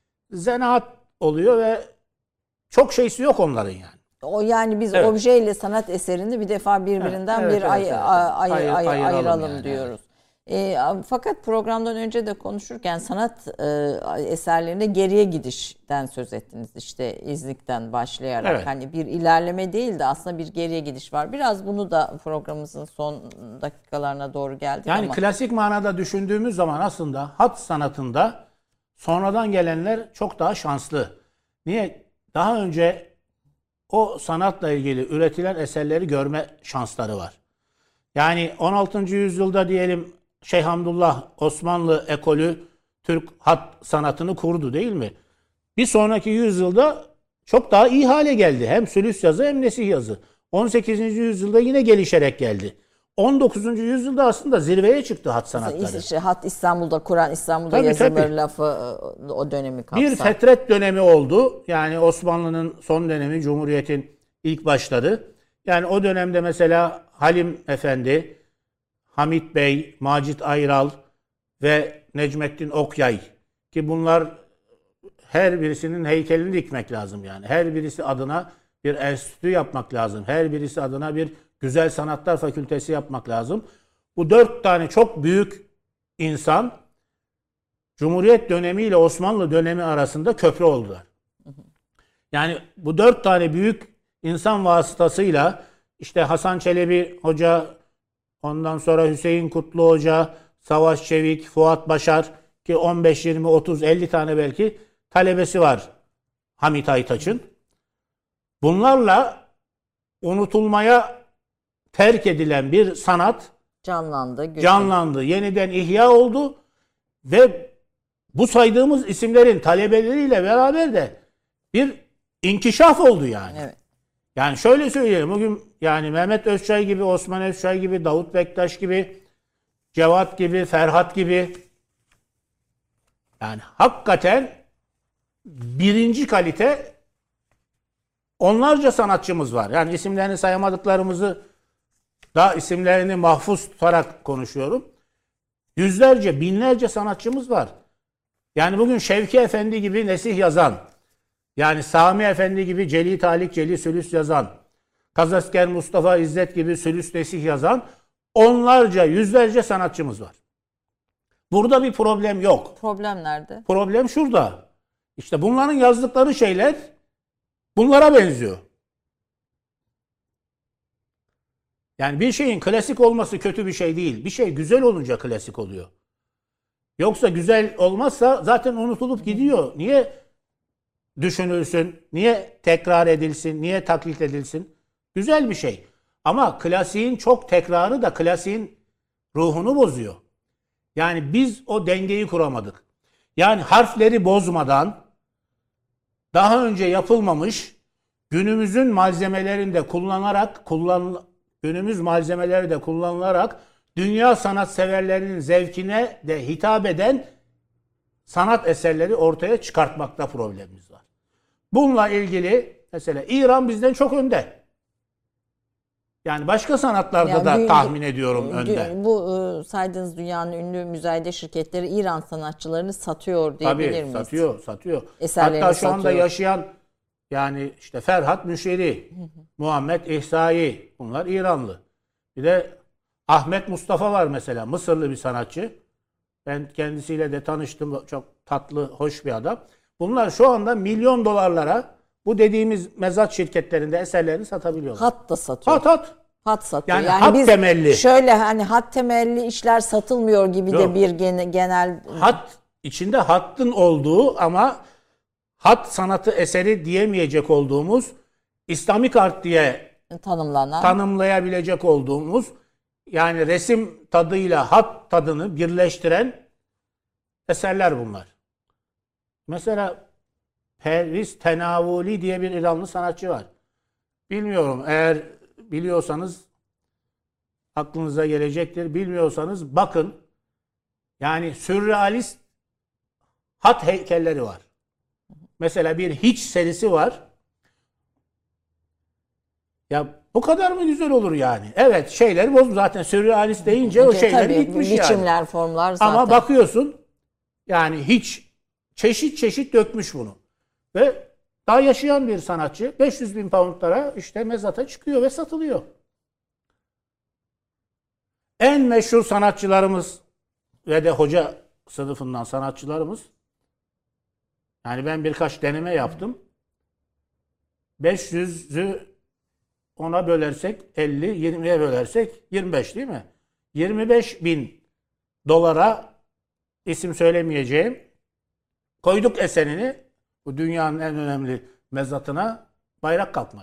zanaat oluyor ve çok şeysi yok onların yani. O yani biz evet. objeyle sanat eserini bir defa birbirinden evet, bir evet, ay, evet, ay, ay, ay, ayıralım, ayıralım yani. diyoruz. E, fakat programdan önce de konuşurken sanat e, eserlerine geriye gidişten söz ettiniz. İşte İznik'ten başlayarak evet. hani bir ilerleme değil de aslında bir geriye gidiş var. Biraz bunu da programımızın son dakikalarına doğru geldik yani ama. Klasik manada düşündüğümüz zaman aslında hat sanatında sonradan gelenler çok daha şanslı. Niye? Daha önce o sanatla ilgili üretilen eserleri görme şansları var. Yani on altıncı yüzyılda diyelim Şeyh Hamdullah Osmanlı ekolü Türk hat sanatını kurdu değil mi? Bir sonraki yüzyılda çok daha iyi hale geldi. Hem sülüs yazı hem nesih yazı. on sekizinci yüzyılda yine gelişerek geldi. on dokuzuncu yüzyılda aslında zirveye çıktı hat sanatları. İşte hat İstanbul'da, Kur'an İstanbul'da tabii, yazılır tabii. lafı o dönemi kapsar. Bir fetret dönemi oldu. Yani Osmanlı'nın son dönemi, Cumhuriyet'in ilk başları. Yani o dönemde mesela Halim Efendi, Hamit Bey, Macit Ayral ve Necmettin Okyay ki bunlar her birisinin heykelini dikmek lazım yani. Her birisi adına bir enstitü yapmak lazım. Her birisi adına bir Güzel Sanatlar Fakültesi yapmak lazım. Bu dört tane çok büyük insan Cumhuriyet dönemi ile Osmanlı dönemi arasında köprü oldular. Yani bu dört tane büyük insan vasıtasıyla işte Hasan Çelebi Hoca, ondan sonra Hüseyin Kutlu Hoca, Savaş Çevik, Fuat Başar ki on beş, yirmi, otuz, elli tane belki talebesi var Hamit Aytaç'ın. Bunlarla unutulmaya terk edilen bir sanat canlandı, güzel. canlandı, yeniden ihya oldu ve bu saydığımız isimlerin talebeleriyle beraber de bir inkişaf oldu yani. Evet. Yani şöyle söyleyelim, bugün yani Mehmet Özçay gibi, Osman Özçay gibi, Davut Bektaş gibi, Cevat gibi, Ferhat gibi yani hakikaten birinci kalite onlarca sanatçımız var. Yani isimlerini sayamadıklarımızı da isimlerini mahfuz tutarak konuşuyorum. Yüzlerce, binlerce sanatçımız var. Yani bugün Şevki Efendi gibi nesih yazan, yani Sami Efendi gibi Celi Talik, Celi Sülüs yazan, Kazasker Mustafa İzzet gibi Sülüs nesih yazan onlarca, yüzlerce sanatçımız var. Burada bir problem yok. Problem nerede? Problem şurada. İşte bunların yazdıkları şeyler bunlara benziyor. Yani bir şeyin klasik olması kötü bir şey değil. Bir şey güzel olunca klasik oluyor. Yoksa güzel olmazsa zaten unutulup gidiyor. Niye düşünülsün? Niye tekrar edilsin? Niye taklit edilsin? Güzel bir şey. Ama klasiğin çok tekrarı da klasiğin ruhunu bozuyor. Yani biz o dengeyi kuramadık. Yani harfleri bozmadan daha önce yapılmamış günümüzün malzemelerinde kullanarak kullan günümüz malzemeleri de kullanılarak dünya sanatseverlerinin zevkine de hitap eden sanat eserleri ortaya çıkartmakta problemimiz var. Bununla ilgili mesela İran bizden çok önde. Yani başka sanatlarda yani da dü- tahmin ediyorum dü- önde. Bu e, saydığınız dünyanın ünlü müzayede şirketleri İran sanatçılarını satıyor diyebilir miyiz? Tabii satıyor, satıyor. Eserlerini Hatta şu satıyor. anda yaşayan Yani işte Ferhat Müşeri, Muhammed İhsai, bunlar İranlı. Bir de Ahmet Mustafa var mesela, Mısırlı bir sanatçı. Ben kendisiyle de tanıştım. Çok tatlı, hoş bir adam. Bunlar şu anda milyon dolarlara bu dediğimiz mezat şirketlerinde eserlerini satabiliyorlar. Hat da satıyor. Hat hat. Hat satıyor. Yani hat biz temelli. Şöyle hani hat temelli işler satılmıyor gibi Yok. de bir gene- genel Hat içinde hattın olduğu ama hat sanatı eseri diyemeyecek olduğumuz, İslamik art diye tanımlanan. tanımlayabilecek olduğumuz, yani resim tadıyla hat tadını birleştiren eserler bunlar. Mesela Perviz Tenavuli diye bir İranlı sanatçı var. Bilmiyorum, eğer biliyorsanız aklınıza gelecektir. Bilmiyorsanız bakın. Yani sürrealist hat heykelleri var. Mesela bir hiç serisi var. Ya bu kadar mı güzel olur yani? Evet, şeyler bozdu zaten, sürrealist deyince o şeyler Tabii, gitmiş yani. biçimler, formlar zaten. Ama bakıyorsun yani hiç çeşit çeşit dökmüş bunu. Ve daha yaşayan bir sanatçı beş yüz bin poundlara işte mezata çıkıyor ve satılıyor. En meşhur sanatçılarımız ve de hoca sınıfından sanatçılarımız, yani ben birkaç deneme yaptım. beş yüzü ona bölersek elli, yirmiye bölersek yirmi beş değil mi? yirmi beş bin dolara, isim söylemeyeceğim, koyduk eserini, bu dünyanın en önemli mezatına, bayrak kalkmadı.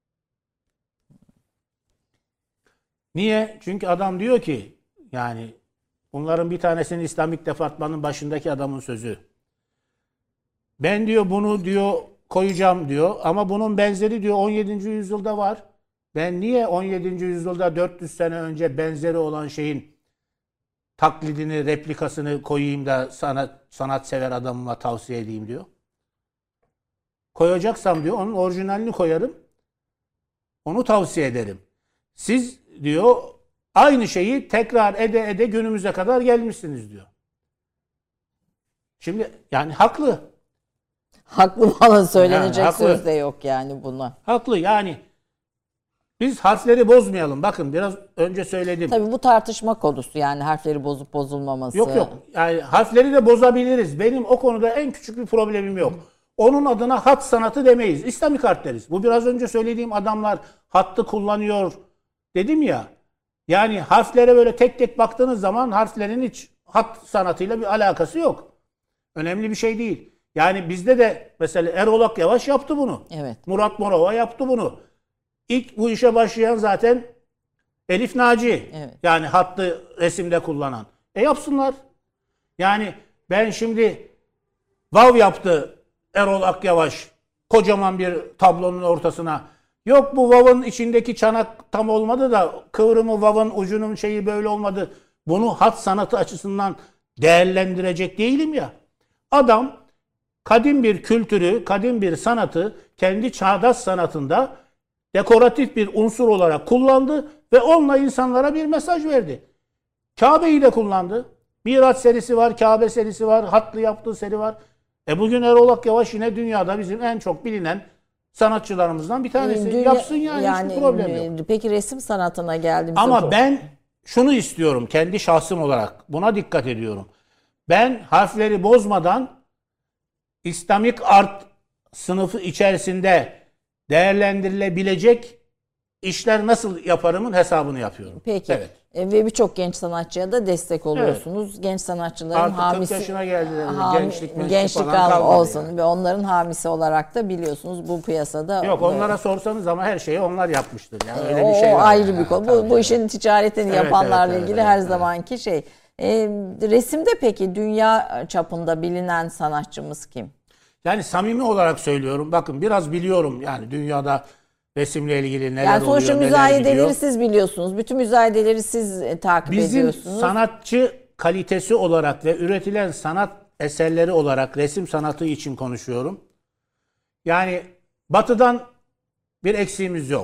Niye? Çünkü adam diyor ki, yani bunların bir tanesinin İslamik Departmanı'nın başındaki adamın sözü. Ben diyor bunu diyor koyacağım diyor ama bunun benzeri diyor on yedinci yüzyılda var. Ben niye on yedinci yüzyılda dört yüz sene önce benzeri olan şeyin taklidini, replikasını koyayım da sanat, sanatsever adamıma tavsiye edeyim diyor. Koyacaksam diyor onun orijinalini koyarım. Onu tavsiye ederim. Siz diyor aynı şeyi tekrar ede ede günümüze kadar gelmişsiniz diyor. Şimdi yani haklı. Haklı falan söylenecek Yani haklı. söz de yok yani buna. Haklı yani. Biz harfleri bozmayalım. Bakın biraz önce söyledim. Tabii bu tartışma konusu yani harfleri bozup bozulmaması. Yok yok. Yani harfleri de bozabiliriz. Benim o konuda en küçük bir problemim yok. Onun adına hat sanatı demeyiz. İslamik art deriz. Bu biraz önce söylediğim adamlar hattı kullanıyor dedim ya. Yani harflere böyle tek tek baktığınız zaman harflerin hiç hat sanatıyla bir alakası yok. Önemli bir şey değil. Yani bizde de mesela Erol Akyavaş yaptı bunu. Evet. Murat Morova yaptı bunu. İlk bu işe başlayan zaten Elif Naci. Evet. Yani hattı resimde kullanan. E yapsınlar. Yani ben şimdi vav yaptı Erol Akyavaş kocaman bir tablonun ortasına. Yok bu vav'ın içindeki çanak tam olmadı da kıvrımı vav'ın ucunun şeyi böyle olmadı. Bunu hat sanatı açısından değerlendirecek değilim ya. Adam kadim bir kültürü, kadim bir sanatı kendi çağdaş sanatında dekoratif bir unsur olarak kullandı ve onunla insanlara bir mesaj verdi. Kabe'yi de kullandı. Miraç serisi var, Kabe serisi var, hatlı yaptığı seri var. E bugün Erol Akyavaş yine dünyada bizim en çok bilinen sanatçılarımızdan bir tanesi. Dünya- Yapsın yani, yani hiçbir problem yok. Peki resim sanatına geldim. Ama ben şunu istiyorum kendi şahsım olarak. Buna dikkat ediyorum. Ben harfleri bozmadan İslamik art sınıfı içerisinde değerlendirilebilecek işler nasıl yaparımın hesabını yapıyorum. Peki. Evet. E, ve birçok genç sanatçıya da destek oluyorsunuz. Evet. Genç sanatçıların Artık hamisi. kırk yaşına geldiler. Ham, gençlik, gençlik, gençlik falan kalmadı olsun yani. ve onların hamisi olarak da biliyorsunuz bu piyasada. Yok onlara sorsanız ama her şeyi onlar yapmıştır. Yani E, öyle o, bir şey o var ayrı yani. bir konu. Tabii, Bu, bu işin ticaretini evet, yapanlarla evet, ilgili evet, her evet. zamanki şey. E, resimde peki dünya çapında bilinen sanatçımız kim? Yani samimi olarak söylüyorum. Bakın biraz biliyorum yani dünyada resimle ilgili neler Yani sonuçta oluyor, neler gidiyor. müzayedeleri siz biliyorsunuz. Bütün müzayedeleri siz e, takip Bizim ediyorsunuz. sanatçı kalitesi olarak ve üretilen sanat eserleri olarak resim sanatı için konuşuyorum. Yani batıdan bir eksiğimiz yok.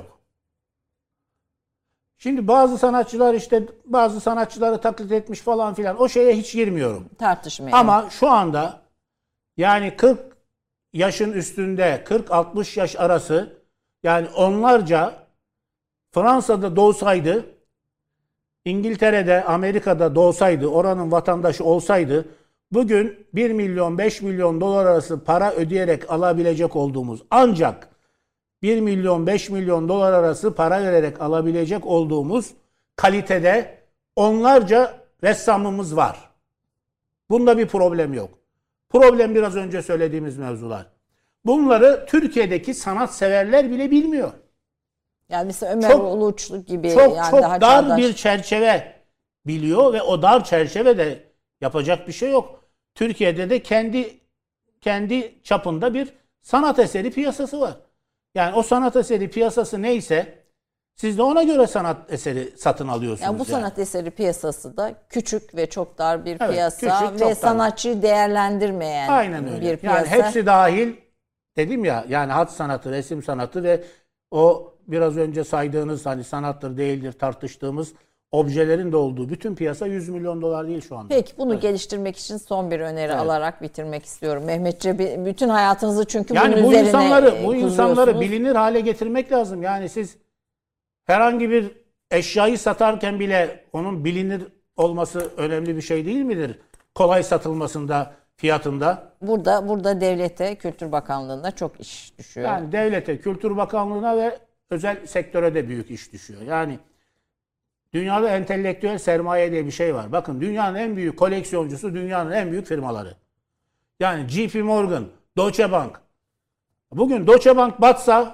Şimdi bazı sanatçılar işte bazı sanatçıları taklit etmiş falan filan, o şeye hiç girmiyorum. Tartışmayalım. Ama şu anda yani kırk yaşın üstünde kırk altmış yaş arası, yani onlarca Fransa'da doğsaydı, İngiltere'de, Amerika'da doğsaydı, oranın vatandaşı olsaydı, bugün bir milyon beş milyon dolar arası para ödeyerek alabilecek olduğumuz, ancak bir milyon beş milyon dolar arası para vererek alabilecek olduğumuz kalitede onlarca ressamımız var. Bunda bir problem yok. Problem biraz önce söylediğimiz mevzular. Bunları Türkiye'deki sanatseverler bile bilmiyor. Yani mesela Ömer Çok- Uluçlu gibi Çok yani çok daha dar çağdaş. bir çerçeve biliyor ve o dar çerçevede yapacak bir şey yok. Türkiye'de de kendi kendi çapında bir sanat eseri piyasası var. Yani o sanat eseri piyasası neyse siz de ona göre sanat eseri satın alıyorsunuz. Yani bu yani. sanat eseri piyasası da küçük ve çok dar bir Evet, piyasa küçük, çok ve dar. sanatçıyı değerlendirmeyen Aynen öyle. bir piyasa. Yani hepsi dahil dedim ya, yani hat sanatı, resim sanatı ve o biraz önce saydığınız hani sanattır değildir tartıştığımız objelerin de olduğu bütün piyasa yüz milyon dolar değil şu anda. Peki bunu Evet. geliştirmek için son bir öneri Evet. alarak bitirmek istiyorum. Mehmetçe bir- bütün hayatınızı çünkü Yani bunun bu üzerine insanları e, bu insanları kuruyorsunuz. bilinir hale getirmek lazım. Yani siz herhangi bir eşyayı satarken bile onun bilinir olması önemli bir şey değil midir? Kolay satılmasında, fiyatında. Burada burada devlete, Kültür Bakanlığı'na çok iş düşüyor. Yani devlete, Kültür Bakanlığı'na ve özel sektöre de büyük iş düşüyor. Yani dünyada entelektüel sermaye diye bir şey var. Bakın dünyanın en büyük koleksiyoncusu dünyanın en büyük firmaları. Yani J P Morgan, Deutsche Bank. Bugün Deutsche Bank batsa,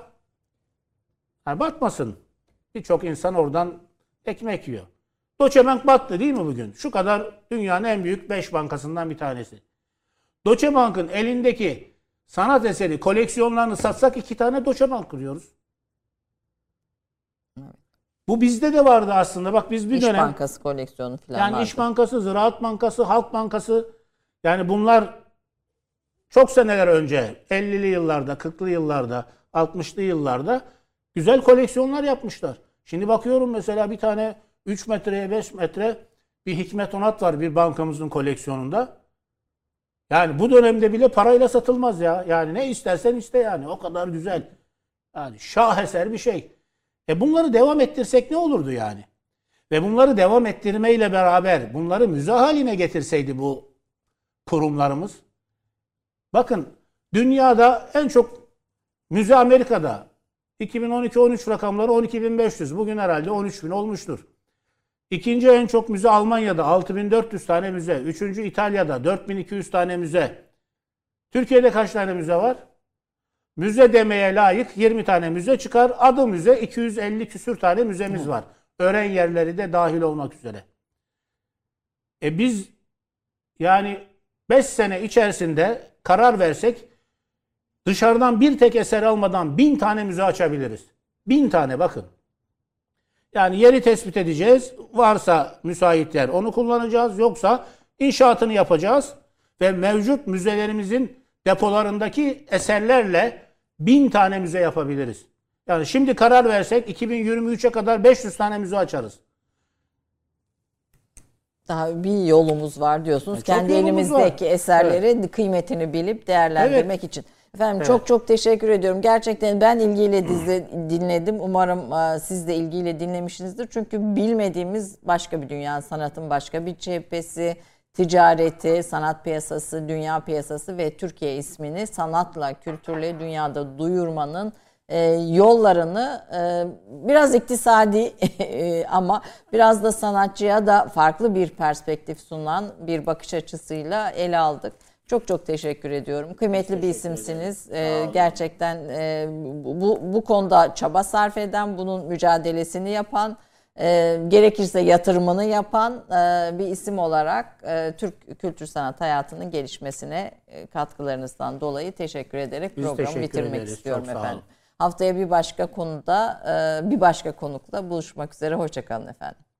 yani batmasın. Birçok insan oradan ekmek yiyor. Deutsche Bank battı değil mi bugün? Şu kadar dünyanın en büyük beş bankasından bir tanesi. Deutsche Bank'ın elindeki sanat eseri koleksiyonlarını satsak iki tane Deutsche Bank kuruyoruz. Bu bizde de vardı aslında. Bak biz bir İş dönem Bankası koleksiyonu falan yani vardı. İş Bankası, Ziraat Bankası, Halk Bankası, yani bunlar çok seneler önce ellili yıllarda, kırklı yıllarda, altmışlı yıllarda güzel koleksiyonlar yapmışlar. Şimdi bakıyorum mesela bir tane üç metreye beş metre bir Hikmet Onat var bir bankamızın koleksiyonunda. Yani bu dönemde bile parayla satılmaz ya. Yani ne istersen iste yani. O kadar güzel. Yani şaheser bir şey. E bunları devam ettirsek ne olurdu yani? Ve bunları devam ettirmeyle beraber bunları müze haline getirseydi bu kurumlarımız. Bakın dünyada en çok müze Amerika'da. iki bin on iki on üç rakamları on iki bin beş yüz. Bugün herhalde on üç bin olmuştur. İkinci en çok müze Almanya'da altı bin dört yüz tane müze. Üçüncü İtalya'da dört bin iki yüz tane müze. Türkiye'de kaç tane müze var? Müze demeye layık yirmi tane müze çıkar. Adı müze iki yüz elli küsür tane müzemiz var. Öğren yerleri de dahil olmak üzere. E biz yani beş sene içerisinde karar versek dışarıdan bir tek eser almadan bin tane müze açabiliriz. Bin tane bakın. Yani yeri tespit edeceğiz. Varsa müsait yer onu kullanacağız. Yoksa inşaatını yapacağız. Ve mevcut müzelerimizin depolarındaki eserlerle bin tane müze yapabiliriz. Yani şimdi karar versek iki bin yirmi üçe kadar beş yüz tane müze açarız. Daha bir yolumuz var diyorsunuz. çok Kendi yolumuz elimizdeki var. eserlerin kıymetini bilip değerlendirmek Evet. için. Efendim Evet. çok çok teşekkür ediyorum. Gerçekten ben ilgiyle dizle, dinledim. Umarım e, siz de ilgiyle dinlemişsinizdir. Çünkü bilmediğimiz başka bir dünya, sanatın başka bir cephesi, ticareti, sanat piyasası, dünya piyasası ve Türkiye ismini sanatla, kültürle dünyada duyurmanın e, yollarını e, biraz iktisadi e, ama biraz da sanatçıya da farklı bir perspektif sunan bir bakış açısıyla ele aldık. Çok çok teşekkür ediyorum. Kıymetli bir isimsiniz. Ee, gerçekten e, bu bu konuda çaba sarf eden, bunun mücadelesini yapan, e, gerekirse yatırımını yapan e, bir isim olarak e, Türk kültür sanat hayatının gelişmesine e, katkılarınızdan dolayı teşekkür ederek Biz programı teşekkür bitirmek ederiz. istiyorum Çok sağ efendim. olun. Haftaya bir başka konuda, e, bir başka konukla buluşmak üzere. Hoşça kalın efendim.